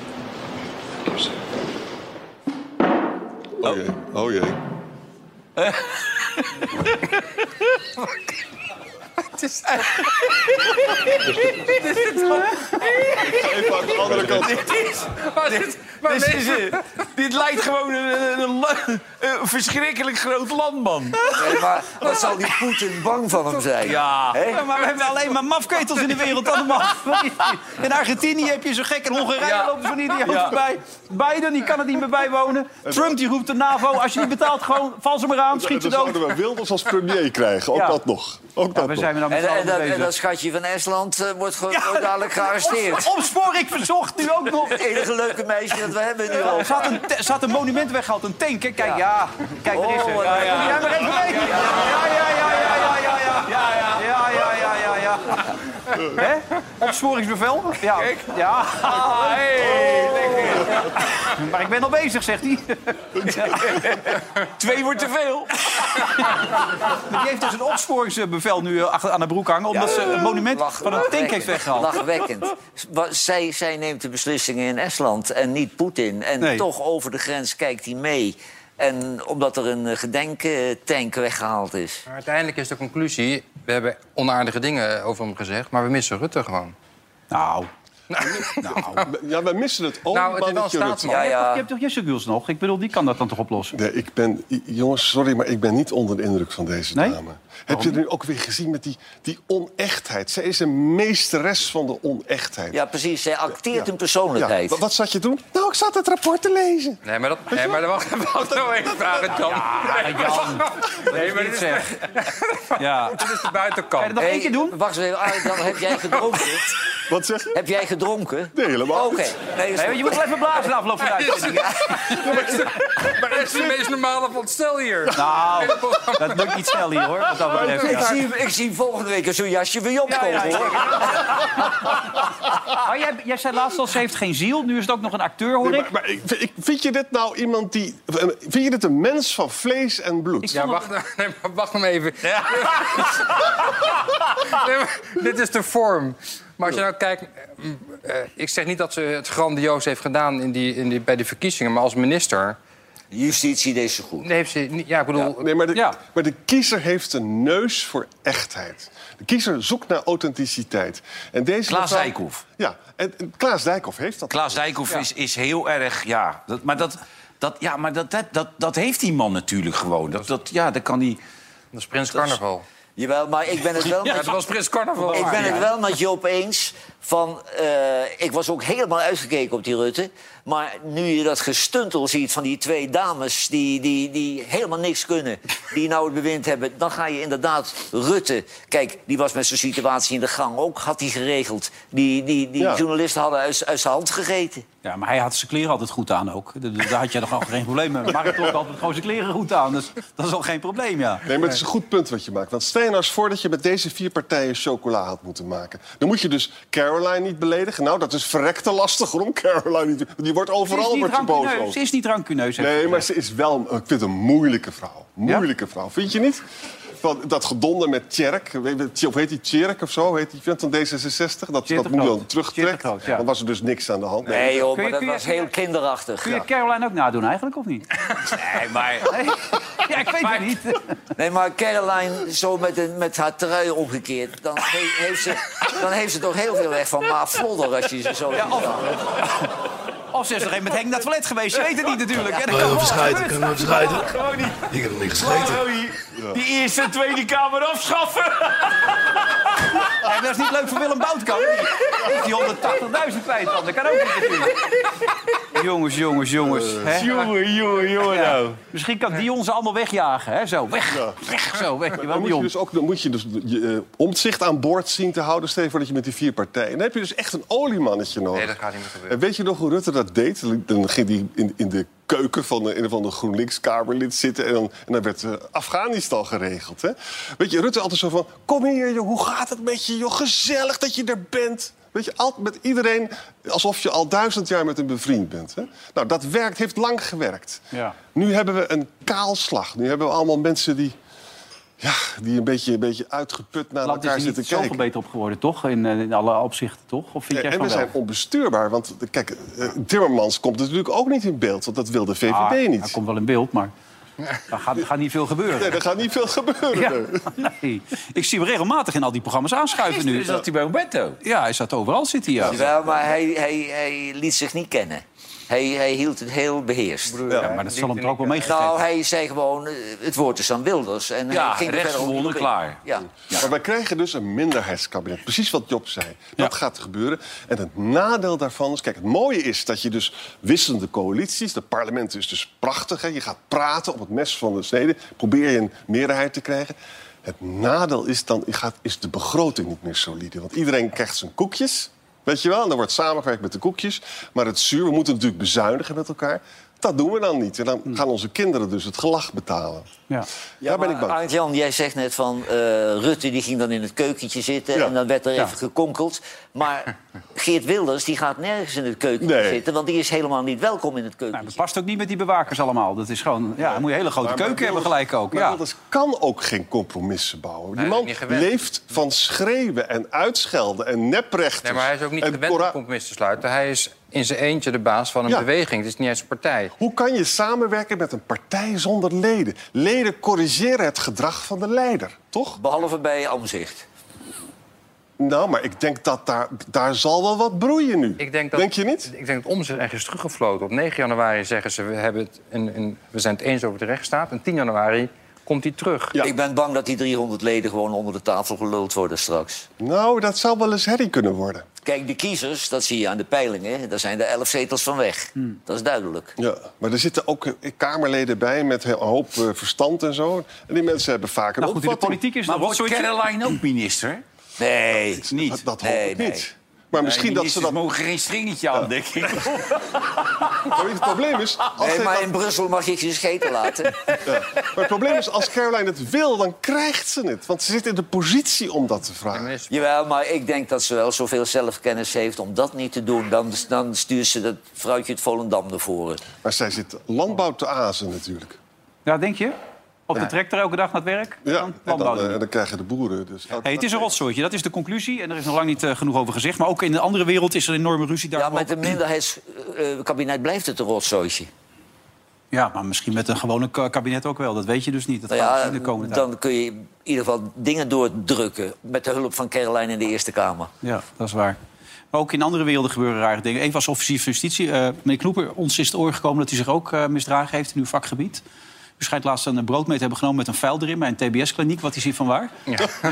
Oh jee. Het is... Even aan de andere kant. Dit lijkt gewoon een verschrikkelijk groot land, man. Nee, maar wat zal die Poetin bang van hem zijn? Ja, maar we hebben alleen maar mafketels in de wereld allemaal. In Argentinië heb je zo gek. In Hongarije lopen ze van idioot voorbij. Biden, die kan het niet meer bijwonen. Trump, die roept de NAVO. Als je niet betaalt, gewoon val ze maar aan, schiet ze dood. Dan zouden we Wilders als premier krijgen. Ook dat nog. En dat schatje van Estland wordt dadelijk gearresteerd. Opsporing verzocht nu ook nog. Het enige leuke meisje dat we hebben nu al. Ze had een monument weggehaald, een tank. Kijk, kijk, daar is ze. Ja, maar even mee. Ja. Hè? Opsporingsbevel? Ja. Kijk. Ja. Lekker. Maar ik ben al bezig, zegt hij. 2 wordt te veel. Die heeft dus een opsporingsbevel nu aan de broek hangen... omdat ze een monument van een tank heeft weggehaald. Lachwekkend. Zij neemt de beslissingen in Estland en niet Poetin. En toch over de grens kijkt hij mee. En omdat er een gedenktank weggehaald is. Maar uiteindelijk is de conclusie... we hebben onaardige dingen over hem gezegd... maar we missen Rutte gewoon. Ja, wij missen het ook. Nou, het is wel een staatsman. Je hebt toch Jesse Guls nog? Ik bedoel, die kan dat dan toch oplossen? Nee, jongens, sorry, maar ik ben niet onder de indruk van deze dame. Heb je er nu ook weer gezien met die onechtheid? Zij is een meesteres van de onechtheid. Ja, precies. Zij acteert een persoonlijkheid. Ja. Wat zat je doen? Nou, ik zat het rapport te lezen. Nee, maar dan wacht nou even vragen, Jan. Jan. Nee, maar dit is... Dit is de buitenkant. Kan je er nog één keer doen? Wacht even, dan heb jij gedronken. Wat zeg je? Heb jij gedronken? Nee, helemaal Oké. Nee, je moet wel even blazen afloop van de uitzending. Maar dat is de meest normale van het stel hier. Nou, dat lukt niet snel hier, hoor. Wat dat betreft, ik zie volgende week zo'n jasje voor je opkomen, hoor. Maar jij zei laatst al, ze heeft geen ziel. Nu is het ook nog een acteur, hoor ik. Maar vind je dit nou iemand die... Vind je dit een mens van vlees en bloed? Wacht nog even. Ja. Dit is de vorm. Maar als je nou kijkt... ik zeg niet dat ze het grandioos heeft gedaan bij de verkiezingen... maar als minister Justitie deed ze goed. Nee, heeft ze, ja, ik bedoel... Nee, maar de kiezer heeft een neus voor echtheid. De kiezer zoekt naar authenticiteit. En deze Klaas Dijkhoff. Ja, en Klaas Dijkhoff heeft dat. Klaas Dijkhoff is heel erg... Ja, dat heeft die man natuurlijk gewoon. Dat kan hij... Dat is Prins Carnaval. Jawel, maar ik ben het wel... dat was Prins Carnaval. Ik ben het wel met Joop eens van... ik was ook helemaal uitgekeken op die Rutte. Maar nu je dat gestuntel ziet van die 2 dames... die helemaal niks kunnen, die nou het bewind hebben... dan ga je inderdaad Rutte... Kijk, die was met zijn situatie in de gang ook, had hij geregeld. Die journalisten hadden uit zijn hand gegeten. Ja, maar hij had zijn kleren altijd goed aan ook. Daar had je nog geen probleem mee. Maar hij trok altijd gewoon zijn kleren goed aan. Dus dat is al geen probleem, ja. Nee, maar het is een goed punt wat je maakt. Want stel je nou eens voor dat je met deze 4 partijen chocola had moeten maken. Dan moet je dus Caroline niet beledigen. Nou, dat is verrekte lastig. Waarom Caroline niet? Die wordt overal wordt boos over. Ze is niet rancuneus. Nee, maar ze is wel... Ik vind het een moeilijke vrouw. Moeilijke vrouw. Vind je niet? Van dat gedonder met Tjerk, of heet die Tjerk of zo, heet die vent van D66, dat moet dan terugtrekken. Dan was er dus niks aan de hand. Nee joh, maar dat was heel kinderachtig. Kun je Caroline ook nadoen eigenlijk, of niet? Nee, maar... Ja, ik weet het niet. Nee, maar Caroline zo met haar trui omgekeerd, dan heeft ze toch heel veel weg van Ma Flodder als je ze zo... Ja, of ze is er een met Henk naar het toilet geweest. Je weet het niet natuurlijk. Ja, kan je even scheiden? Ik heb nog niet gescheten. Die Eerste en Tweede Kamer afschaffen. Ja, dat is niet leuk voor Willem Boutkamp. Is die 180.000 kwijt dan? Dat kan ook niet natuurlijk. Jongens. Jongen nou. Misschien kan Dion ze allemaal wegjagen. Hè? Zo, weg. Zo, weg. Dan moet je dus Omtzigt aan boord zien te houden. Stel je voor dat je met die 4 partijen... Dan heb je dus echt een oliemannetje nodig. Nee, dat gaat niet meer gebeuren. En weet je nog hoe Rutte dat deed? Dan ging hij in de keuken van een of ander GroenLinks-Kamerlid zitten... en dan werd Afghanistan geregeld. Hè? Weet je, Rutte altijd zo van... Kom hier, joh, hoe gaat het met je, joh? Gezellig dat je er bent. Weet je, altijd met iedereen alsof je al 1000 jaar met hem bevriend bent. Hè? Nou, dat heeft lang gewerkt. Ja. Nu hebben we een kaalslag. Nu hebben we allemaal mensen die een beetje uitgeput naar elkaar zitten kijken. Het land is er niet zoveel beter op geworden, toch? In alle opzichten, toch? Of vind jij en we zijn onbestuurbaar. Want kijk, Timmermans komt natuurlijk ook niet in beeld. Want dat wil de VVD niet. Hij komt wel in beeld, maar... Daar gaat niet veel gebeuren. Nee, er gaat niet veel gebeuren. Ja, nee. Ik zie hem regelmatig in al die programma's aanschuiven nu. Is dat hij bij Roberto? Ja, hij zat overal, zit hij. Ja, maar hij liet zich niet kennen. Hij hield het heel beheerst. Ja, maar dat zal hem er ook wel meegegeven. Nou, hij zei gewoon, het woord is aan Wilders. En hij ging rechtsgewonnen, klaar. Ja. Maar wij krijgen dus een minderheidskabinet. Precies wat Job zei. Dat gaat gebeuren. En het nadeel daarvan is... Kijk, het mooie is dat je dus wisselende coalities... Het parlement is dus prachtig. Hè? Je gaat praten op het mes van de snede. Probeer je een meerderheid te krijgen. Het nadeel is dan is de begroting niet meer solide. Want iedereen krijgt zijn koekjes... Weet je wel, en dan wordt samengewerkt met de koekjes. Maar het zuur, we moeten natuurlijk bezuinigen met elkaar. Dat doen we dan niet. En dan gaan onze kinderen dus het gelag betalen. Ja, daar ben ik bang. Arend-Jan, jij zegt net van... Rutte die ging dan in het keukentje zitten... en dan werd er even gekonkeld. Maar Geert Wilders die gaat nergens in het keukentje zitten... want die is helemaal niet welkom in het keukentje. Nou, dat past ook niet met die bewakers allemaal. Dat is gewoon... Ja, dan moet je een hele grote keuken hebben gelijk ook. Maar Wilders kan ook geen compromissen bouwen. Die man leeft van schreeuwen en uitschelden en neprechters. Nee, maar hij is ook niet gewend om compromissen te sluiten. Hij is in zijn eentje de baas van een beweging. Het is niet eens een partij. Hoe kan je samenwerken met een partij zonder leden? Leden corrigeren het gedrag van de leider, toch? Behalve bij Omtzigt. Nou, maar ik denk dat daar zal wel wat broeien nu. Denk je niet? Ik denk dat Omtzigt ergens teruggefloten. Op 9 januari zeggen ze, we zijn het eens over de rechtsstaat. En 10 januari komt hij terug. Ja. Ik ben bang dat die 300 leden gewoon onder de tafel geluld worden straks. Nou, dat zou wel eens herrie kunnen worden. Kijk, de kiezers, dat zie je aan de peilingen... daar zijn er 11 zetels van weg. Dat is duidelijk. Ja, maar er zitten ook Kamerleden bij met een hoop verstand en zo. En die mensen hebben vaak een opvatting. In de politiek is maar wordt Caroline ook minister? Nee, niet. Dat hoop ik niet. Maar misschien dat ze dat... mogen geen stringetje aan, denk ik. Maar het probleem is... maar in Brussel mag je scheten laten. Maar het probleem is, als Caroline het wil, dan krijgt ze het. Want ze zit in de positie om dat te vragen. Jawel, maar ik denk dat ze wel zoveel zelfkennis heeft om dat niet te doen. Dan stuurt ze dat vrouwtje het Volendam naar voren. Maar zij zit landbouw te azen natuurlijk. Ja, denk je? Op de tractor elke dag naar het werk? Ja, en dan krijgen de boeren dus... Het is een rotzooitje, dat is de conclusie. En er is nog lang niet genoeg over gezegd. Maar ook in de andere wereld is er een enorme ruzie daar. Ja, met een minderheidskabinet blijft het een rotzooitje. Ja, maar misschien met een gewone kabinet ook wel. Dat weet je dus niet. Dat gaat in de komende tijd. Dan kun je in ieder geval dingen doordrukken... met de hulp van Caroline in de Eerste Kamer. Ja, dat is waar. Maar ook in andere werelden gebeuren rare dingen. Eén was officier van justitie. Meneer Knoeper, ons is het oor gekomen dat u zich ook misdragen heeft in uw vakgebied. U schijnt laatst een broodmeet te hebben genomen met een vuil erin... bij een TBS-kliniek. Wat is hier van waar? Ja.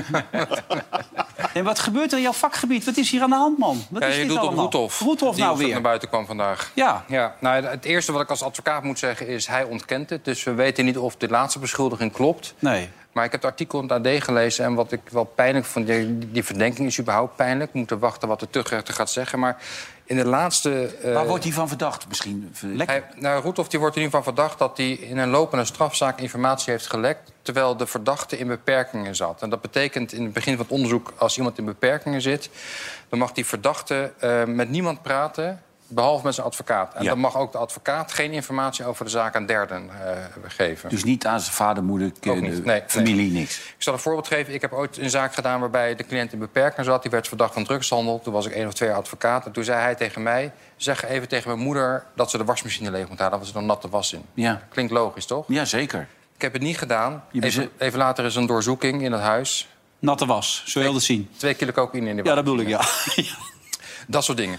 En wat gebeurt er in jouw vakgebied? Wat is hier aan de hand, man? Wat is je dit doet allemaal? op Roethoff. Roethoff nou weer. Naar buiten kwam vandaag. Ja. Nou, het eerste wat ik als advocaat moet zeggen is... hij ontkent het. Dus we weten niet of de laatste beschuldiging klopt. Nee. Maar ik heb het artikel in het AD gelezen... en wat ik wel pijnlijk vond... die verdenking is überhaupt pijnlijk. We moeten wachten wat de tuchtrechter gaat zeggen. Maar in de laatste... Waar wordt hij van verdacht misschien? Roethoff wordt er nu van verdacht... dat hij in een lopende strafzaak informatie heeft gelekt... terwijl de verdachte in beperkingen zat. En dat betekent in het begin van het onderzoek... als iemand in beperkingen zit... dan mag die verdachte met niemand praten... behalve met zijn advocaat. En dan mag ook de advocaat geen informatie over de zaak aan derden geven. Dus niet aan zijn vader, moeder, familie, niks? Ik zal een voorbeeld geven. Ik heb ooit een zaak gedaan waarbij de cliënt in beperking zat. Die werd verdacht van drugshandel. Toen was ik 1 of 2 jaar advocaat. En toen zei hij tegen mij... zeg even tegen mijn moeder dat ze de wasmachine leeg moet halen... want er zit nog natte was in. Ja. Klinkt logisch, toch? Ja, zeker. Ik heb het niet gedaan. Even later is een doorzoeking in het huis. Natte was, zo heel dat zien. 2 kilo cocaïne in de wasmachine. Ja, dat bedoel ik, ja. Dat soort dingen.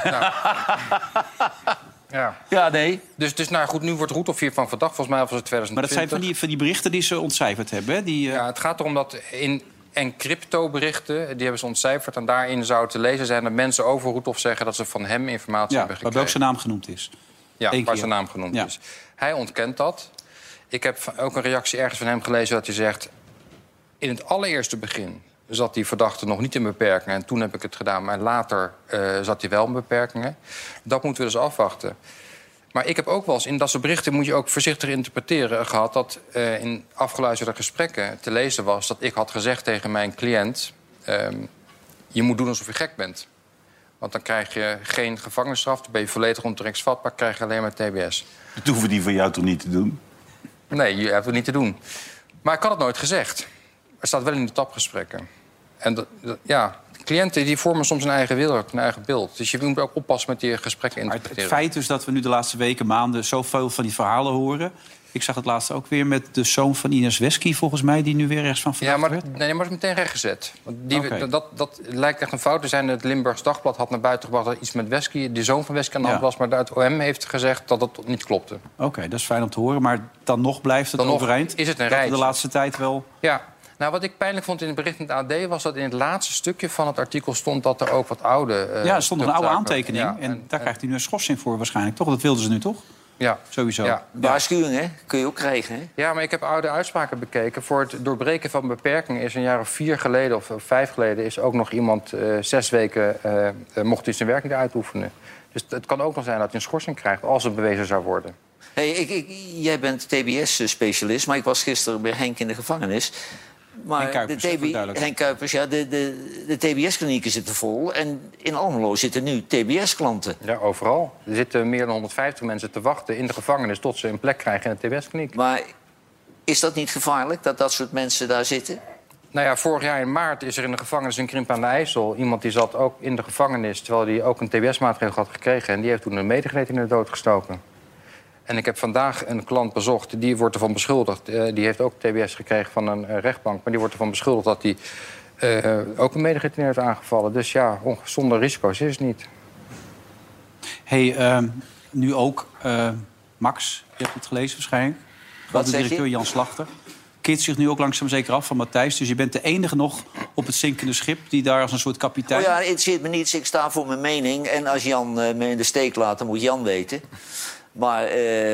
Ja, nee. Dus nou goed, nu wordt Roethoff hiervan verdacht. Volgens mij was het 2020. Maar dat zijn van die berichten die ze ontcijferd hebben, hè? Ja, het gaat erom dat in crypto-berichten... die hebben ze ontcijferd. En daarin zou te lezen zijn dat mensen over Roethoff zeggen... dat ze van hem informatie hebben gekregen. Waar ook zijn naam genoemd is. Ja, waar zijn naam genoemd is. Hij ontkent dat. Ik heb ook een reactie ergens van hem gelezen dat hij zegt... in het allereerste begin... zat die verdachte nog niet in beperkingen. En toen heb ik het gedaan. Maar later zat hij wel in beperkingen. Dat moeten we dus afwachten. Maar ik heb ook wel eens... in dat soort berichten moet je ook voorzichtig interpreteren... gehad dat in afgeluisterde gesprekken te lezen was... dat ik had gezegd tegen mijn cliënt... je moet doen alsof je gek bent. Want dan krijg je geen gevangenisstraf. Dan ben je volledig onterechtsvatbaar. Krijg je alleen maar TBS. Dat hoeven die van jou toch niet te doen? Nee, je hebt het niet te doen. Maar ik had het nooit gezegd. Er staat wel in de tapgesprekken. En cliënten die vormen soms een eigen wereld, een eigen beeld. Dus je moet ook oppassen met die gesprekken interpreteren. Het feit dus dat we nu de laatste weken, maanden... zoveel van die verhalen horen... Ik zag het laatst ook weer met de zoon van Ines Wesky, volgens mij... die nu weer rechts van verdacht werd. Nee, maar dat is meteen rechtgezet. Dat lijkt echt een fout te zijn. Het Limburgs Dagblad had naar buiten gebracht... dat iets met Wesky, de zoon van Wesky aan de hand was... maar het OM heeft gezegd dat het niet klopte. Oké, dat is fijn om te horen. Maar dan nog blijft het overeind. Is het een rijtje. De laatste tijd wel... Ja. Nou, wat ik pijnlijk vond in het bericht in het AD... was dat in het laatste stukje van het artikel stond... dat er ook wat oude... er stond een oude aantekening. Ja, en daar krijgt hij nu een schorsing voor waarschijnlijk. Toch? Dat wilden ze nu, toch? Ja. Sowieso. Ja. Waarschuwing, hè? Kun je ook krijgen, hè? Ja, maar ik heb oude uitspraken bekeken. Voor het doorbreken van beperkingen is een jaar of 4 geleden... of 5 geleden is ook nog iemand 6 weken... mocht hij zijn werk niet uitoefenen. Dus het kan ook nog zijn dat hij een schorsing krijgt... als het bewezen zou worden. Hey, jij bent TBS-specialist, maar ik was gisteren bij Henk in de gevangenis... Maar Henk Kuipers, de TBS-klinieken zitten vol. En in Almelo zitten nu TBS-klanten. Ja, overal. Er zitten meer dan 150 mensen te wachten in de gevangenis... tot ze een plek krijgen in de TBS-kliniek. Maar is dat niet gevaarlijk, dat soort mensen daar zitten? Nou ja, vorig jaar in maart is er in de gevangenis in Krimpen aan de IJssel... iemand die zat ook in de gevangenis... terwijl hij ook een TBS-maatregel had gekregen... en die heeft toen een medegeleerde in de dood gestoken. En ik heb vandaag een klant bezocht, die wordt ervan beschuldigd... die heeft ook TBS gekregen van een rechtbank... maar die wordt ervan beschuldigd dat hij ook een medegetineer heeft aangevallen. Dus ja, zonder risico's is het niet. Hey, nu ook Max, je hebt het gelezen waarschijnlijk. Wat de directeur Jan Slachter. Keert zich nu ook langzaam zeker af van Matthijs. Dus je bent de enige nog op het zinkende schip... die daar als een soort kapitein... Oh ja, het zit me niets, ik sta voor mijn mening. En als Jan me in de steek laat, dan moet Jan weten... Maar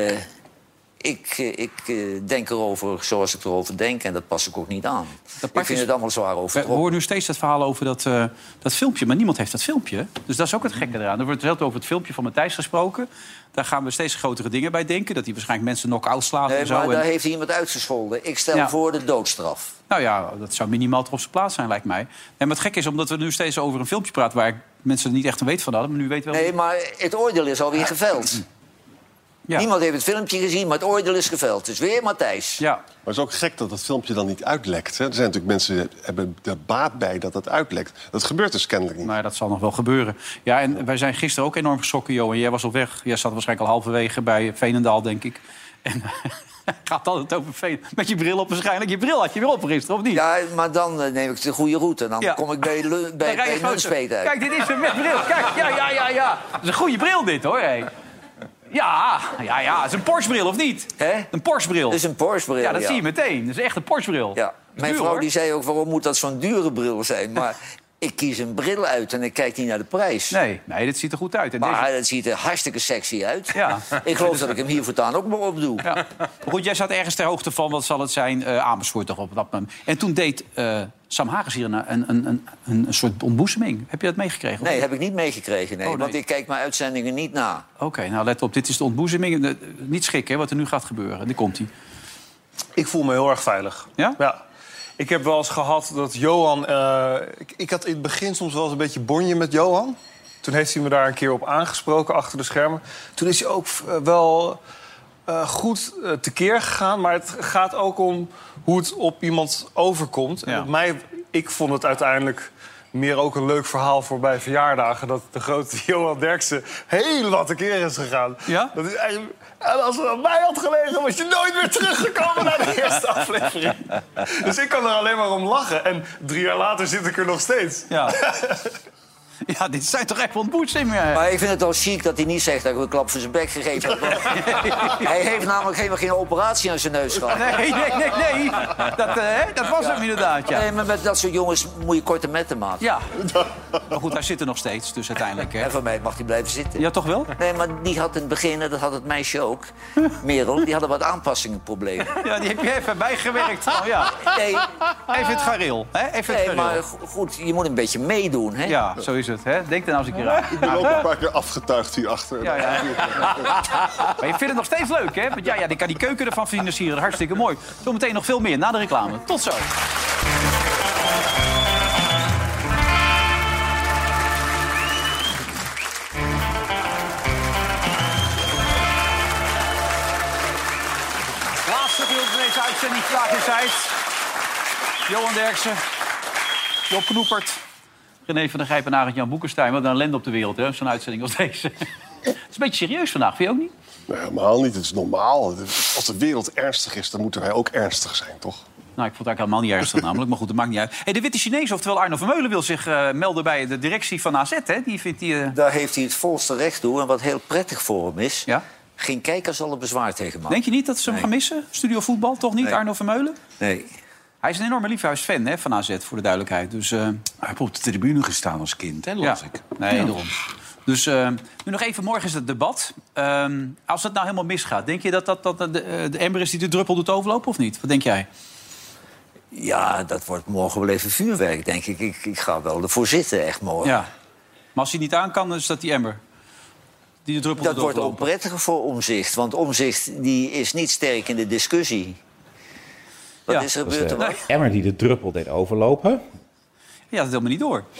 ik denk erover zoals ik erover denk. En dat pas ik ook niet aan. Ik vind het allemaal zwaar over. We horen nu steeds het verhaal over dat filmpje. Maar niemand heeft dat filmpje. Dus dat is ook het gekke eraan. Er wordt zelf over het filmpje van Matthijs gesproken. Daar gaan we steeds grotere dingen bij denken. Dat hij waarschijnlijk mensen knock-out slaat en zo. Maar daar heeft iemand uitgescholden. Ik stel voor de doodstraf. Nou ja, dat zou minimaal toch op zijn plaats zijn, lijkt mij. En maar het gekke is, omdat we nu steeds over een filmpje praten... waar mensen er niet echt een weet van hadden. Maar nu weten wel... Nee, maar het oordeel is alweer geveld. Ja. Niemand heeft het filmpje gezien, maar het oordeel is geveld. Dus weer Matthijs. Ja. Maar het is ook gek dat dat filmpje dan niet uitlekt. Hè? Er zijn natuurlijk mensen die hebben er baat bij dat dat uitlekt. Dat gebeurt dus kennelijk niet. Nou, dat zal nog wel gebeuren. Ja, en wij zijn gisteren ook enorm geschrokken, Johan. Jij was op weg. Jij zat waarschijnlijk al halverwege bij Veenendaal, denk ik. En gaat altijd over Veen. Met je bril op waarschijnlijk. Je bril had je wel op gisteren, of niet? Ja, maar dan neem ik de goede route. Dan kom ik bij Nunspeet uit. Kijk, dit is hem met bril. Kijk, ja. Dat is een goede bril dit, hoor. Hey. Ja. Het is een Porsche-bril, of niet? Hè? Een Porsche-bril. Dat is een Porsche-bril, Ja, dat zie je meteen. Dat is echt een Porsche-bril. Ja. Mijn vrouw die zei ook, waarom moet dat zo'n dure bril zijn? Maar ik kies een bril uit en ik kijk niet naar de prijs. Nee, dit ziet er goed uit. En maar dat ziet er hartstikke sexy uit. Ja. Ik geloof dat ik hem hier voortaan ook maar op doe. Ja. Maar goed, jij zat ergens ter hoogte van, wat zal het zijn, Amersfoort toch op dat moment. En toen deed Sam Hagers hier een soort ontboezeming. Heb je dat meegekregen? Nee, heb ik niet meegekregen, nee. Want ik kijk mijn uitzendingen niet na. Oké, nou let op, dit is de ontboezeming. Niet schrikken, wat er nu gaat gebeuren. Die komt-ie. Ik voel me heel erg veilig. Ja? Ja. Ik heb wel eens gehad dat Johan... Ik had in het begin soms wel eens een beetje bonje met Johan. Toen heeft hij me daar een keer op aangesproken achter de schermen. Toen is hij ook wel goed tekeer gegaan. Maar het gaat ook om hoe het op iemand overkomt. Ja. En ik vond het uiteindelijk meer ook een leuk verhaal voor bij verjaardagen... dat de grote Johan Derksen heel wat tekeer is gegaan. Ja? Dat is eigenlijk... En als het aan mij had gelegen, was je nooit meer teruggekomen naar de eerste aflevering. Dus ik kan er alleen maar om lachen. En 3 jaar later zit ik er nog steeds. Ja. Ja, dit zijn toch echt ontboezemingen. Maar ik vind het wel chic dat hij niet zegt dat ik een klap voor zijn bek gegeven heb. Hij heeft namelijk helemaal geen operatie aan zijn neus gehad. Nee. Dat was hem inderdaad, ja. Nee, maar met dat soort jongens moet je korte metten maken. Ja. Maar goed, hij zit er nog steeds, dus uiteindelijk. Hè. En van mij mag hij blijven zitten. Ja, toch wel? Nee, maar die had in het begin, dat had het meisje ook, Merel, die hadden wat aanpassingenproblemen. Ja, die heb je even bijgewerkt. Oh, ja. Nee. Even het gareel. Maar goed, je moet een beetje meedoen, hè? Ja, zo is het. Hè? Denk er nou eens een keer aan. Ik ben ook een paar keer afgetuigd hierachter. Ja. Maar je vindt het nog steeds leuk, hè? Want die kan die keuken ervan financieren. Hartstikke mooi. Zometeen nog veel meer na de reclame. Tot zo. Laatste deel van deze uitzending. Vraag is uit. Johan Derksen. Job Knoepert. René van der Gijp en Arend-Jan Boekenstein. Wat een ellende op de wereld, hè? Zo'n uitzending als deze. Het is een beetje serieus vandaag, vind je ook niet? Nee, helemaal niet. Het is normaal. Als de wereld ernstig is, dan moeten wij ook ernstig zijn, toch? Nou, ik vond het eigenlijk helemaal niet ernstig namelijk. Maar goed, dat maakt niet uit. Hey, de Witte Chinees, oftewel Arno Vermeulen, wil zich melden bij de directie van AZ, hè? Die vindt die, Daar heeft hij het volste recht toe. En wat heel prettig voor hem is... Ja? Geen kijker zal er bezwaar tegen maken. Denk je niet dat ze hem gaan missen? Studio voetbal, toch niet, Arno Vermeulen? Nee. Hij is een enorme liefhuisfan, hè, van AZ, voor de duidelijkheid. Dus, hij heeft op de tribune gestaan als kind, hè, las ik. Nee, daarom. Dus nu nog even, morgen is het debat. Als het nou helemaal misgaat, denk je dat de ember is die de druppel doet overlopen of niet? Wat denk jij? Ja, dat wordt morgen wel even vuurwerk, denk ik. Ik ga wel ervoor zitten, echt morgen. Ja. Maar als hij niet aan kan, is dat die ember die de druppel doet overlopen. Dat wordt onprettiger voor Omtzigt. Want Omtzigt die is niet sterk in de discussie. Wat is er gebeurd? De emmer die de druppel deed overlopen. Ja, dat helemaal niet door.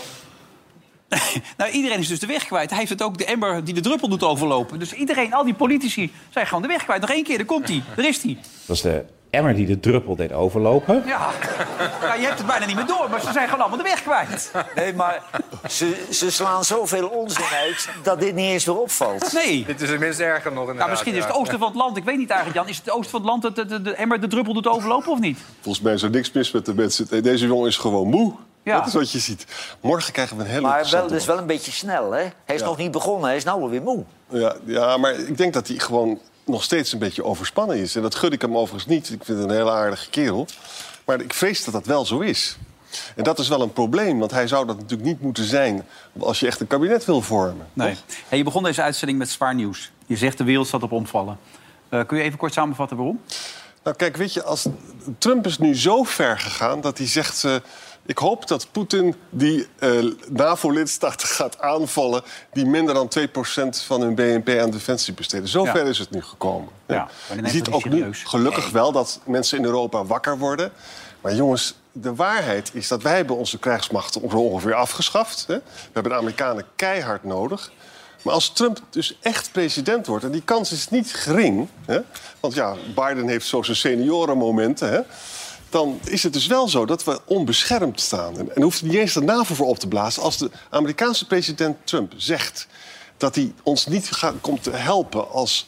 Nou, iedereen is dus de weg kwijt. Hij heeft het ook, de ember die de druppel doet overlopen. Dus iedereen, al die politici, zijn gewoon de weg kwijt. Nog 1 keer, daar komt hij. Daar is hij. Dat is de emmer die de druppel deed overlopen. Ja, je hebt het bijna niet meer door, maar ze zijn gewoon allemaal de weg kwijt. Nee, maar ze slaan zoveel onzin uit dat dit niet eens weer opvalt. Nee. Dit is het minst erger nog inderdaad. Nou, misschien is het oosten van het land, ik weet niet eigenlijk, Jan. Is het oosten van het land dat de emmer de druppel doet overlopen of niet? Volgens mij is er niks mis met de mensen. Deze jongen is gewoon moe. Ja. Dat is wat je ziet. Morgen krijgen we een hele... Maar het is wel een beetje snel, hè? Hij is nog niet begonnen, hij is nou alweer moe. Ja, maar ik denk dat hij gewoon nog steeds een beetje overspannen is. En dat gun ik hem overigens niet. Ik vind het een hele aardige kerel. Maar ik vrees dat dat wel zo is. En dat is wel een probleem, want hij zou dat natuurlijk niet moeten zijn als je echt een kabinet wil vormen. Nee. Hey, je begon deze uitzending met zwaar nieuws. Je zegt de wereld staat op omvallen. Kun je even kort samenvatten waarom? Nou kijk, weet je, Trump is nu zo ver gegaan dat hij zegt... ik hoop dat Poetin die NAVO-lidstaten gaat aanvallen... die minder dan 2% van hun BNP aan defensie besteden. Zo ver is het nu gekomen. Ja, je ziet ook nu gelukkig wel dat mensen in Europa wakker worden. Maar jongens, de waarheid is dat wij hebben onze krijgsmacht ongeveer afgeschaft. Hè? We hebben de Amerikanen keihard nodig. Maar als Trump dus echt president wordt, en die kans is niet gering... Hè? Want ja, Biden heeft zo zijn seniorenmomenten... Hè? Dan is het dus wel zo dat we onbeschermd staan. En hoeft er niet eens de NAVO voor op te blazen. Als de Amerikaanse president Trump zegt dat hij ons niet komt te helpen als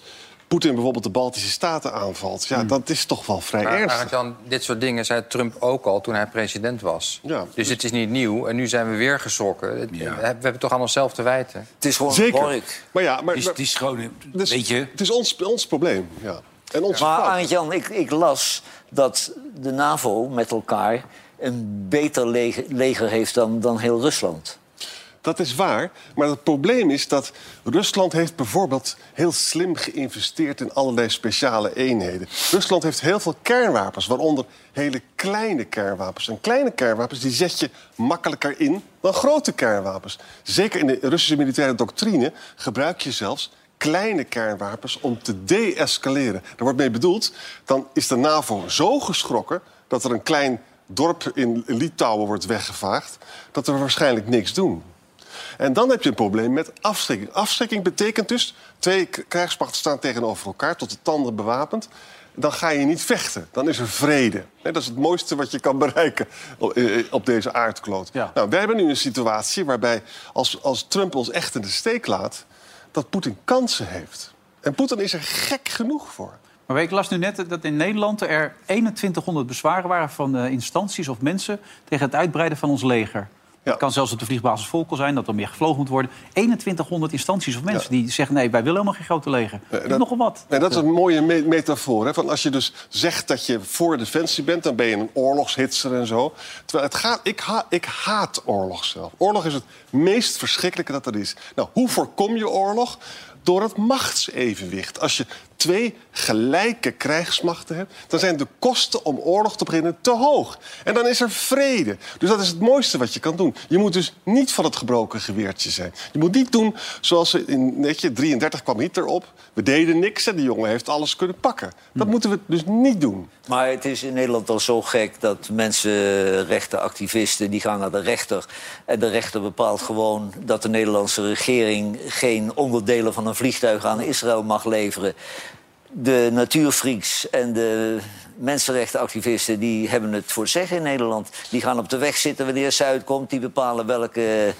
Poetin bijvoorbeeld de Baltische Staten aanvalt. Ja, dat is toch wel vrij ernstig. Jan, dit soort dingen zei Trump ook al toen hij president was. Ja, dus het is niet nieuw. En nu zijn we weer geschrokken. We hebben toch aan onszelf te wijten. Het is gewoon zeker. Maar het is gewoon... weet je... Het is ons probleem, ja. En ons maar Arend-Jan, ik las dat de NAVO met elkaar een beter leger heeft dan heel Rusland. Dat is waar, maar het probleem is dat Rusland heeft bijvoorbeeld heel slim geïnvesteerd in allerlei speciale eenheden. Rusland heeft heel veel kernwapens, waaronder hele kleine kernwapens. En kleine kernwapens die zet je makkelijker in dan grote kernwapens. Zeker in de Russische militaire doctrine gebruik je zelfs kleine kernwapens om te de-escaleren. Daar wordt mee bedoeld, dan is de NAVO zo geschrokken dat er een klein dorp in Litouwen wordt weggevaagd, dat we waarschijnlijk niks doen. En dan heb je een probleem met afschrikking. Afschrikking betekent dus 2 krijgsmachten staan tegenover elkaar, tot de tanden bewapend. Dan ga je niet vechten. Dan is er vrede. Dat is het mooiste wat je kan bereiken op deze aardkloot. Ja. Nou, wij hebben nu een situatie waarbij als Trump ons echt in de steek laat, dat Poetin kansen heeft. En Poetin is er gek genoeg voor. Maar ik las nu net dat in Nederland er 2100 bezwaren waren van instanties of mensen tegen het uitbreiden van ons leger. Het kan zelfs op de vliegbasis Volkel zijn, dat er meer gevlogen moet worden. 2100 instanties of mensen die zeggen, nee, wij willen helemaal geen grote leger. Dat is nogal wat. Nee, dat is een mooie metafoor. Hè? Van als je dus zegt dat je voor defensie bent, dan ben je een oorlogshitser en zo. Terwijl ik haat oorlog zelf. Oorlog is het meest verschrikkelijke dat er is. Nou, hoe voorkom je oorlog? Door het machtsevenwicht. Als je 2 gelijke krijgsmachten hebt, dan zijn de kosten om oorlog te beginnen te hoog. En dan is er vrede. Dus dat is het mooiste wat je kan doen. Je moet dus niet van het gebroken geweertje zijn. Je moet niet doen zoals in 33 kwam Hitler op. We deden niks en die jongen heeft alles kunnen pakken. Dat moeten we dus niet doen. Maar het is in Nederland al zo gek dat mensenrechtenactivisten die gaan naar de rechter. En de rechter bepaalt gewoon dat de Nederlandse regering geen onderdelen van een vliegtuig aan Israël mag leveren. De natuurfreaks en de mensenrechtenactivisten die hebben het voor het zeggen in Nederland. Die gaan op de weg zitten wanneer ze uitkomt. Die bepalen welke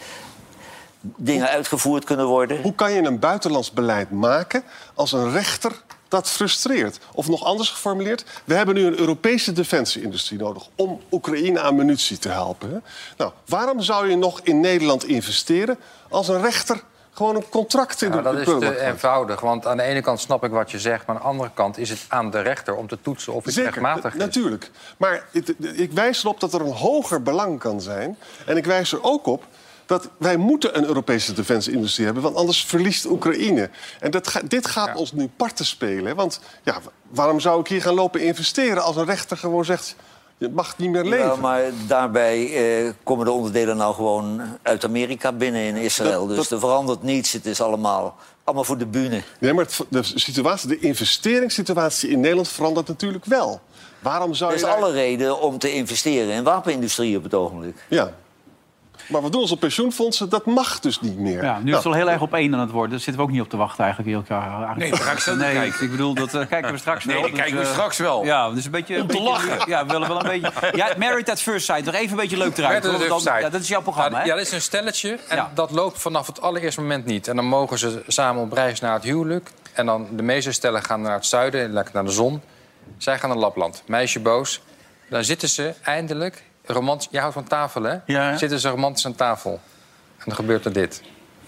dingen uitgevoerd kunnen worden. Hoe kan je een buitenlands beleid maken als een rechter dat frustreert? Of nog anders geformuleerd, we hebben nu een Europese defensie-industrie nodig om Oekraïne aan munitie te helpen. Hè? Nou, waarom zou je nog in Nederland investeren als een rechter gewoon een contract in de dat is te eenvoudig, want aan de ene kant snap ik wat je zegt, maar aan de andere kant is het aan de rechter om te toetsen of het rechtmatig is. Natuurlijk. Maar ik wijs erop dat er een hoger belang kan zijn. En ik wijs er ook op dat wij moeten een Europese defensie-industrie hebben, want anders verliest Oekraïne. En dit gaat ons nu parten spelen. Hè? Want ja, waarom zou ik hier gaan lopen investeren als een rechter gewoon zegt, je mag niet meer leven? Ja, maar daarbij komen de onderdelen nou gewoon uit Amerika binnen in Israël. Dus er verandert niets. Het is allemaal voor de bühne. Nee, maar de investeringssituatie in Nederland verandert natuurlijk wel. Waarom zou er is alle reden om te investeren in wapenindustrie op het ogenblik. Ja. Maar wat doen onze pensioenfondsen? Dat mag dus niet meer. Ja, nu is het al heel erg op één aan het worden. Daar zitten we ook niet op te wachten eigenlijk. Nee, daar ga ik zo naar kijken. Ik bedoel, dat kijken we straks wel. Nee, dat kijken we straks wel. Ja, dus een beetje... Om te lachen. Ja, we willen wel een beetje... Ja, Married at First Sight. Nog even een beetje leuk eruit. Dat is jouw programma, hè? Ja, dat is een stelletje. En dat loopt vanaf het allereerste moment niet. En dan mogen ze samen op reis naar het huwelijk. En dan de meeste stellen gaan naar het zuiden, lekker naar de zon. Zij gaan naar Lapland. Meisje boos. Dan zitten ze eindelijk... romantisch. Jij houdt van tafel, hè? Ja. Zitten ze romantisch aan tafel. En dan gebeurt er dit.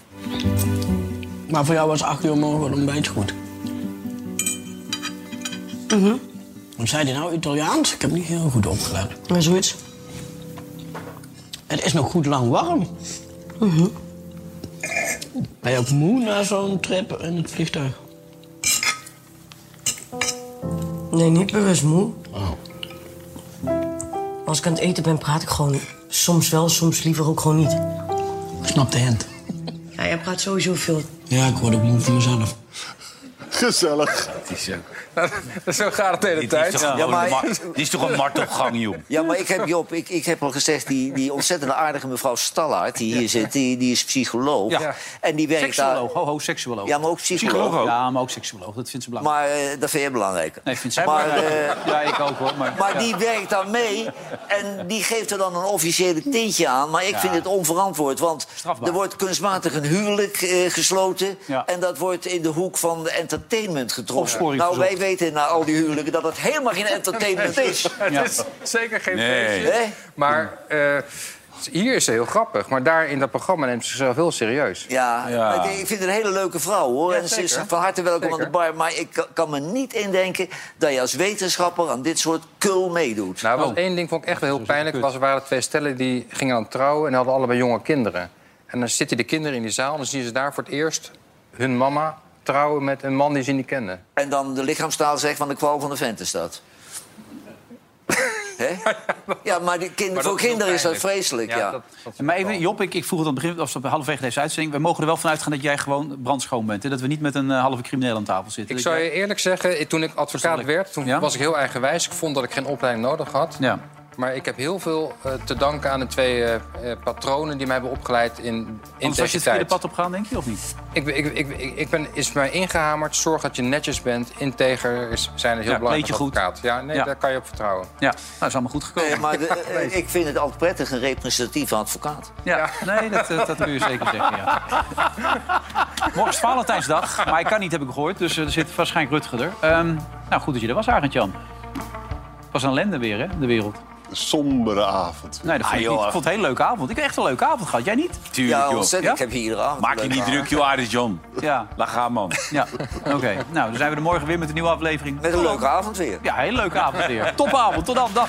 Maar voor jou was 8 uur morgen een beetje goed. Zei hij nou Italiaans? Ik heb niet heel goed opgelet. Maar zoiets. Het is nog goed lang warm. Ben je ook moe na zo'n trip in het vliegtuig? Nee, niet bewust moe. Oh. Als ik aan het eten ben, praat ik gewoon soms wel, soms liever ook gewoon niet. Ik snap de hint. Ja, jij praat sowieso veel. Ja, ik word ook moe van mezelf. Gezellig. Het is Zo gaat het de hele tijd. Dit is toch een martelgang, joh. Ja, maar ik heb al gezegd, die ontzettende aardige mevrouw Stallaert... die hier zit, die is psycholoog. Ja. En die werkt seksuoloog, seksuoloog. Ja, maar ook psycholoog. Ook. Ja, maar ook seksuoloog. Dat vindt ze belangrijk. Maar dat vind je belangrijk. Nee, vindt ze belangrijk. Ja, ik ook, hoor. Maar die werkt daar mee en die geeft er dan een officiële tintje aan. Maar ik vind het onverantwoord, want er wordt kunstmatig een huwelijk gesloten... en dat wordt in de hoek van de entertainment getroffen. Nou, wij weten na al die huwelijken dat het helemaal geen entertainment is. Het is zeker geen feestje. Maar hier is ze heel grappig. Maar daar in dat programma neemt ze zichzelf heel serieus. Ja. Ik vind het een hele leuke vrouw, hoor. Ja, en ze is van harte welkom aan de bar. Maar ik kan me niet indenken dat je als wetenschapper aan dit soort kul meedoet. Nou, was één ding vond ik echt wel heel pijnlijk. Er waren 2 stellen die gingen aan het trouwen en hadden allebei jonge kinderen. En dan zitten de kinderen in die zaal en dan zien ze daar voor het eerst hun mama trouwen met een man die ze niet kenden. En dan de lichaamstaal zegt van de kwal van de vent is dat. Ja, maar voor kinderen is dat vreselijk, ja. Maar even, Job, ik vroeg het aan het begin, of halverwege deze uitzending... we mogen er wel van uitgaan dat jij gewoon brandschoon bent. Hè? Dat we niet met een halve crimineel aan tafel zitten. Ik zou je eerlijk zeggen, toen ik advocaat werd... toen was ik heel eigenwijs. Ik vond dat ik geen opleiding nodig had. Ja. Maar ik heb heel veel te danken aan de 2 patronen die mij hebben opgeleid in integriteit. Was je het verkeerde pad op gaan, denk je, of niet? Is mij ingehamerd, zorg dat je netjes bent, integer zijn heel belangrijk als advocaat. Ja, daar kan je op vertrouwen. Ja, dat is allemaal goed gekomen. Maar ik vind het altijd prettig, een representatieve advocaat. Ja, nee, dat kun je zeker zeggen, ja. Morgen is Valentijnsdag, maar ik kan niet, heb ik gehoord. Dus er zit waarschijnlijk Rutger er. Nou, goed dat je er was, Arend-Jan. Het was een ellende weer, hè, de wereld. Een sombere avond. Nee, dat vond ik niet. Ik vond het een hele leuke avond. Ik heb echt een leuke avond gehad. Jij niet? Tuurlijk, ja, ontzettend. Ik heb hier iedere avond. Maak je niet druk, joh, Arend-Jan. Ja. Laat gaan, man. Ja, oké. Nou, dan zijn we er morgen weer met een nieuwe aflevering. Met een leuke avond weer. Ja, een hele leuke avond weer. Topavond. Tot dan. Dag.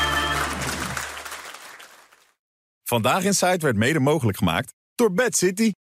Vandaag in Site werd mede mogelijk gemaakt door Bad City.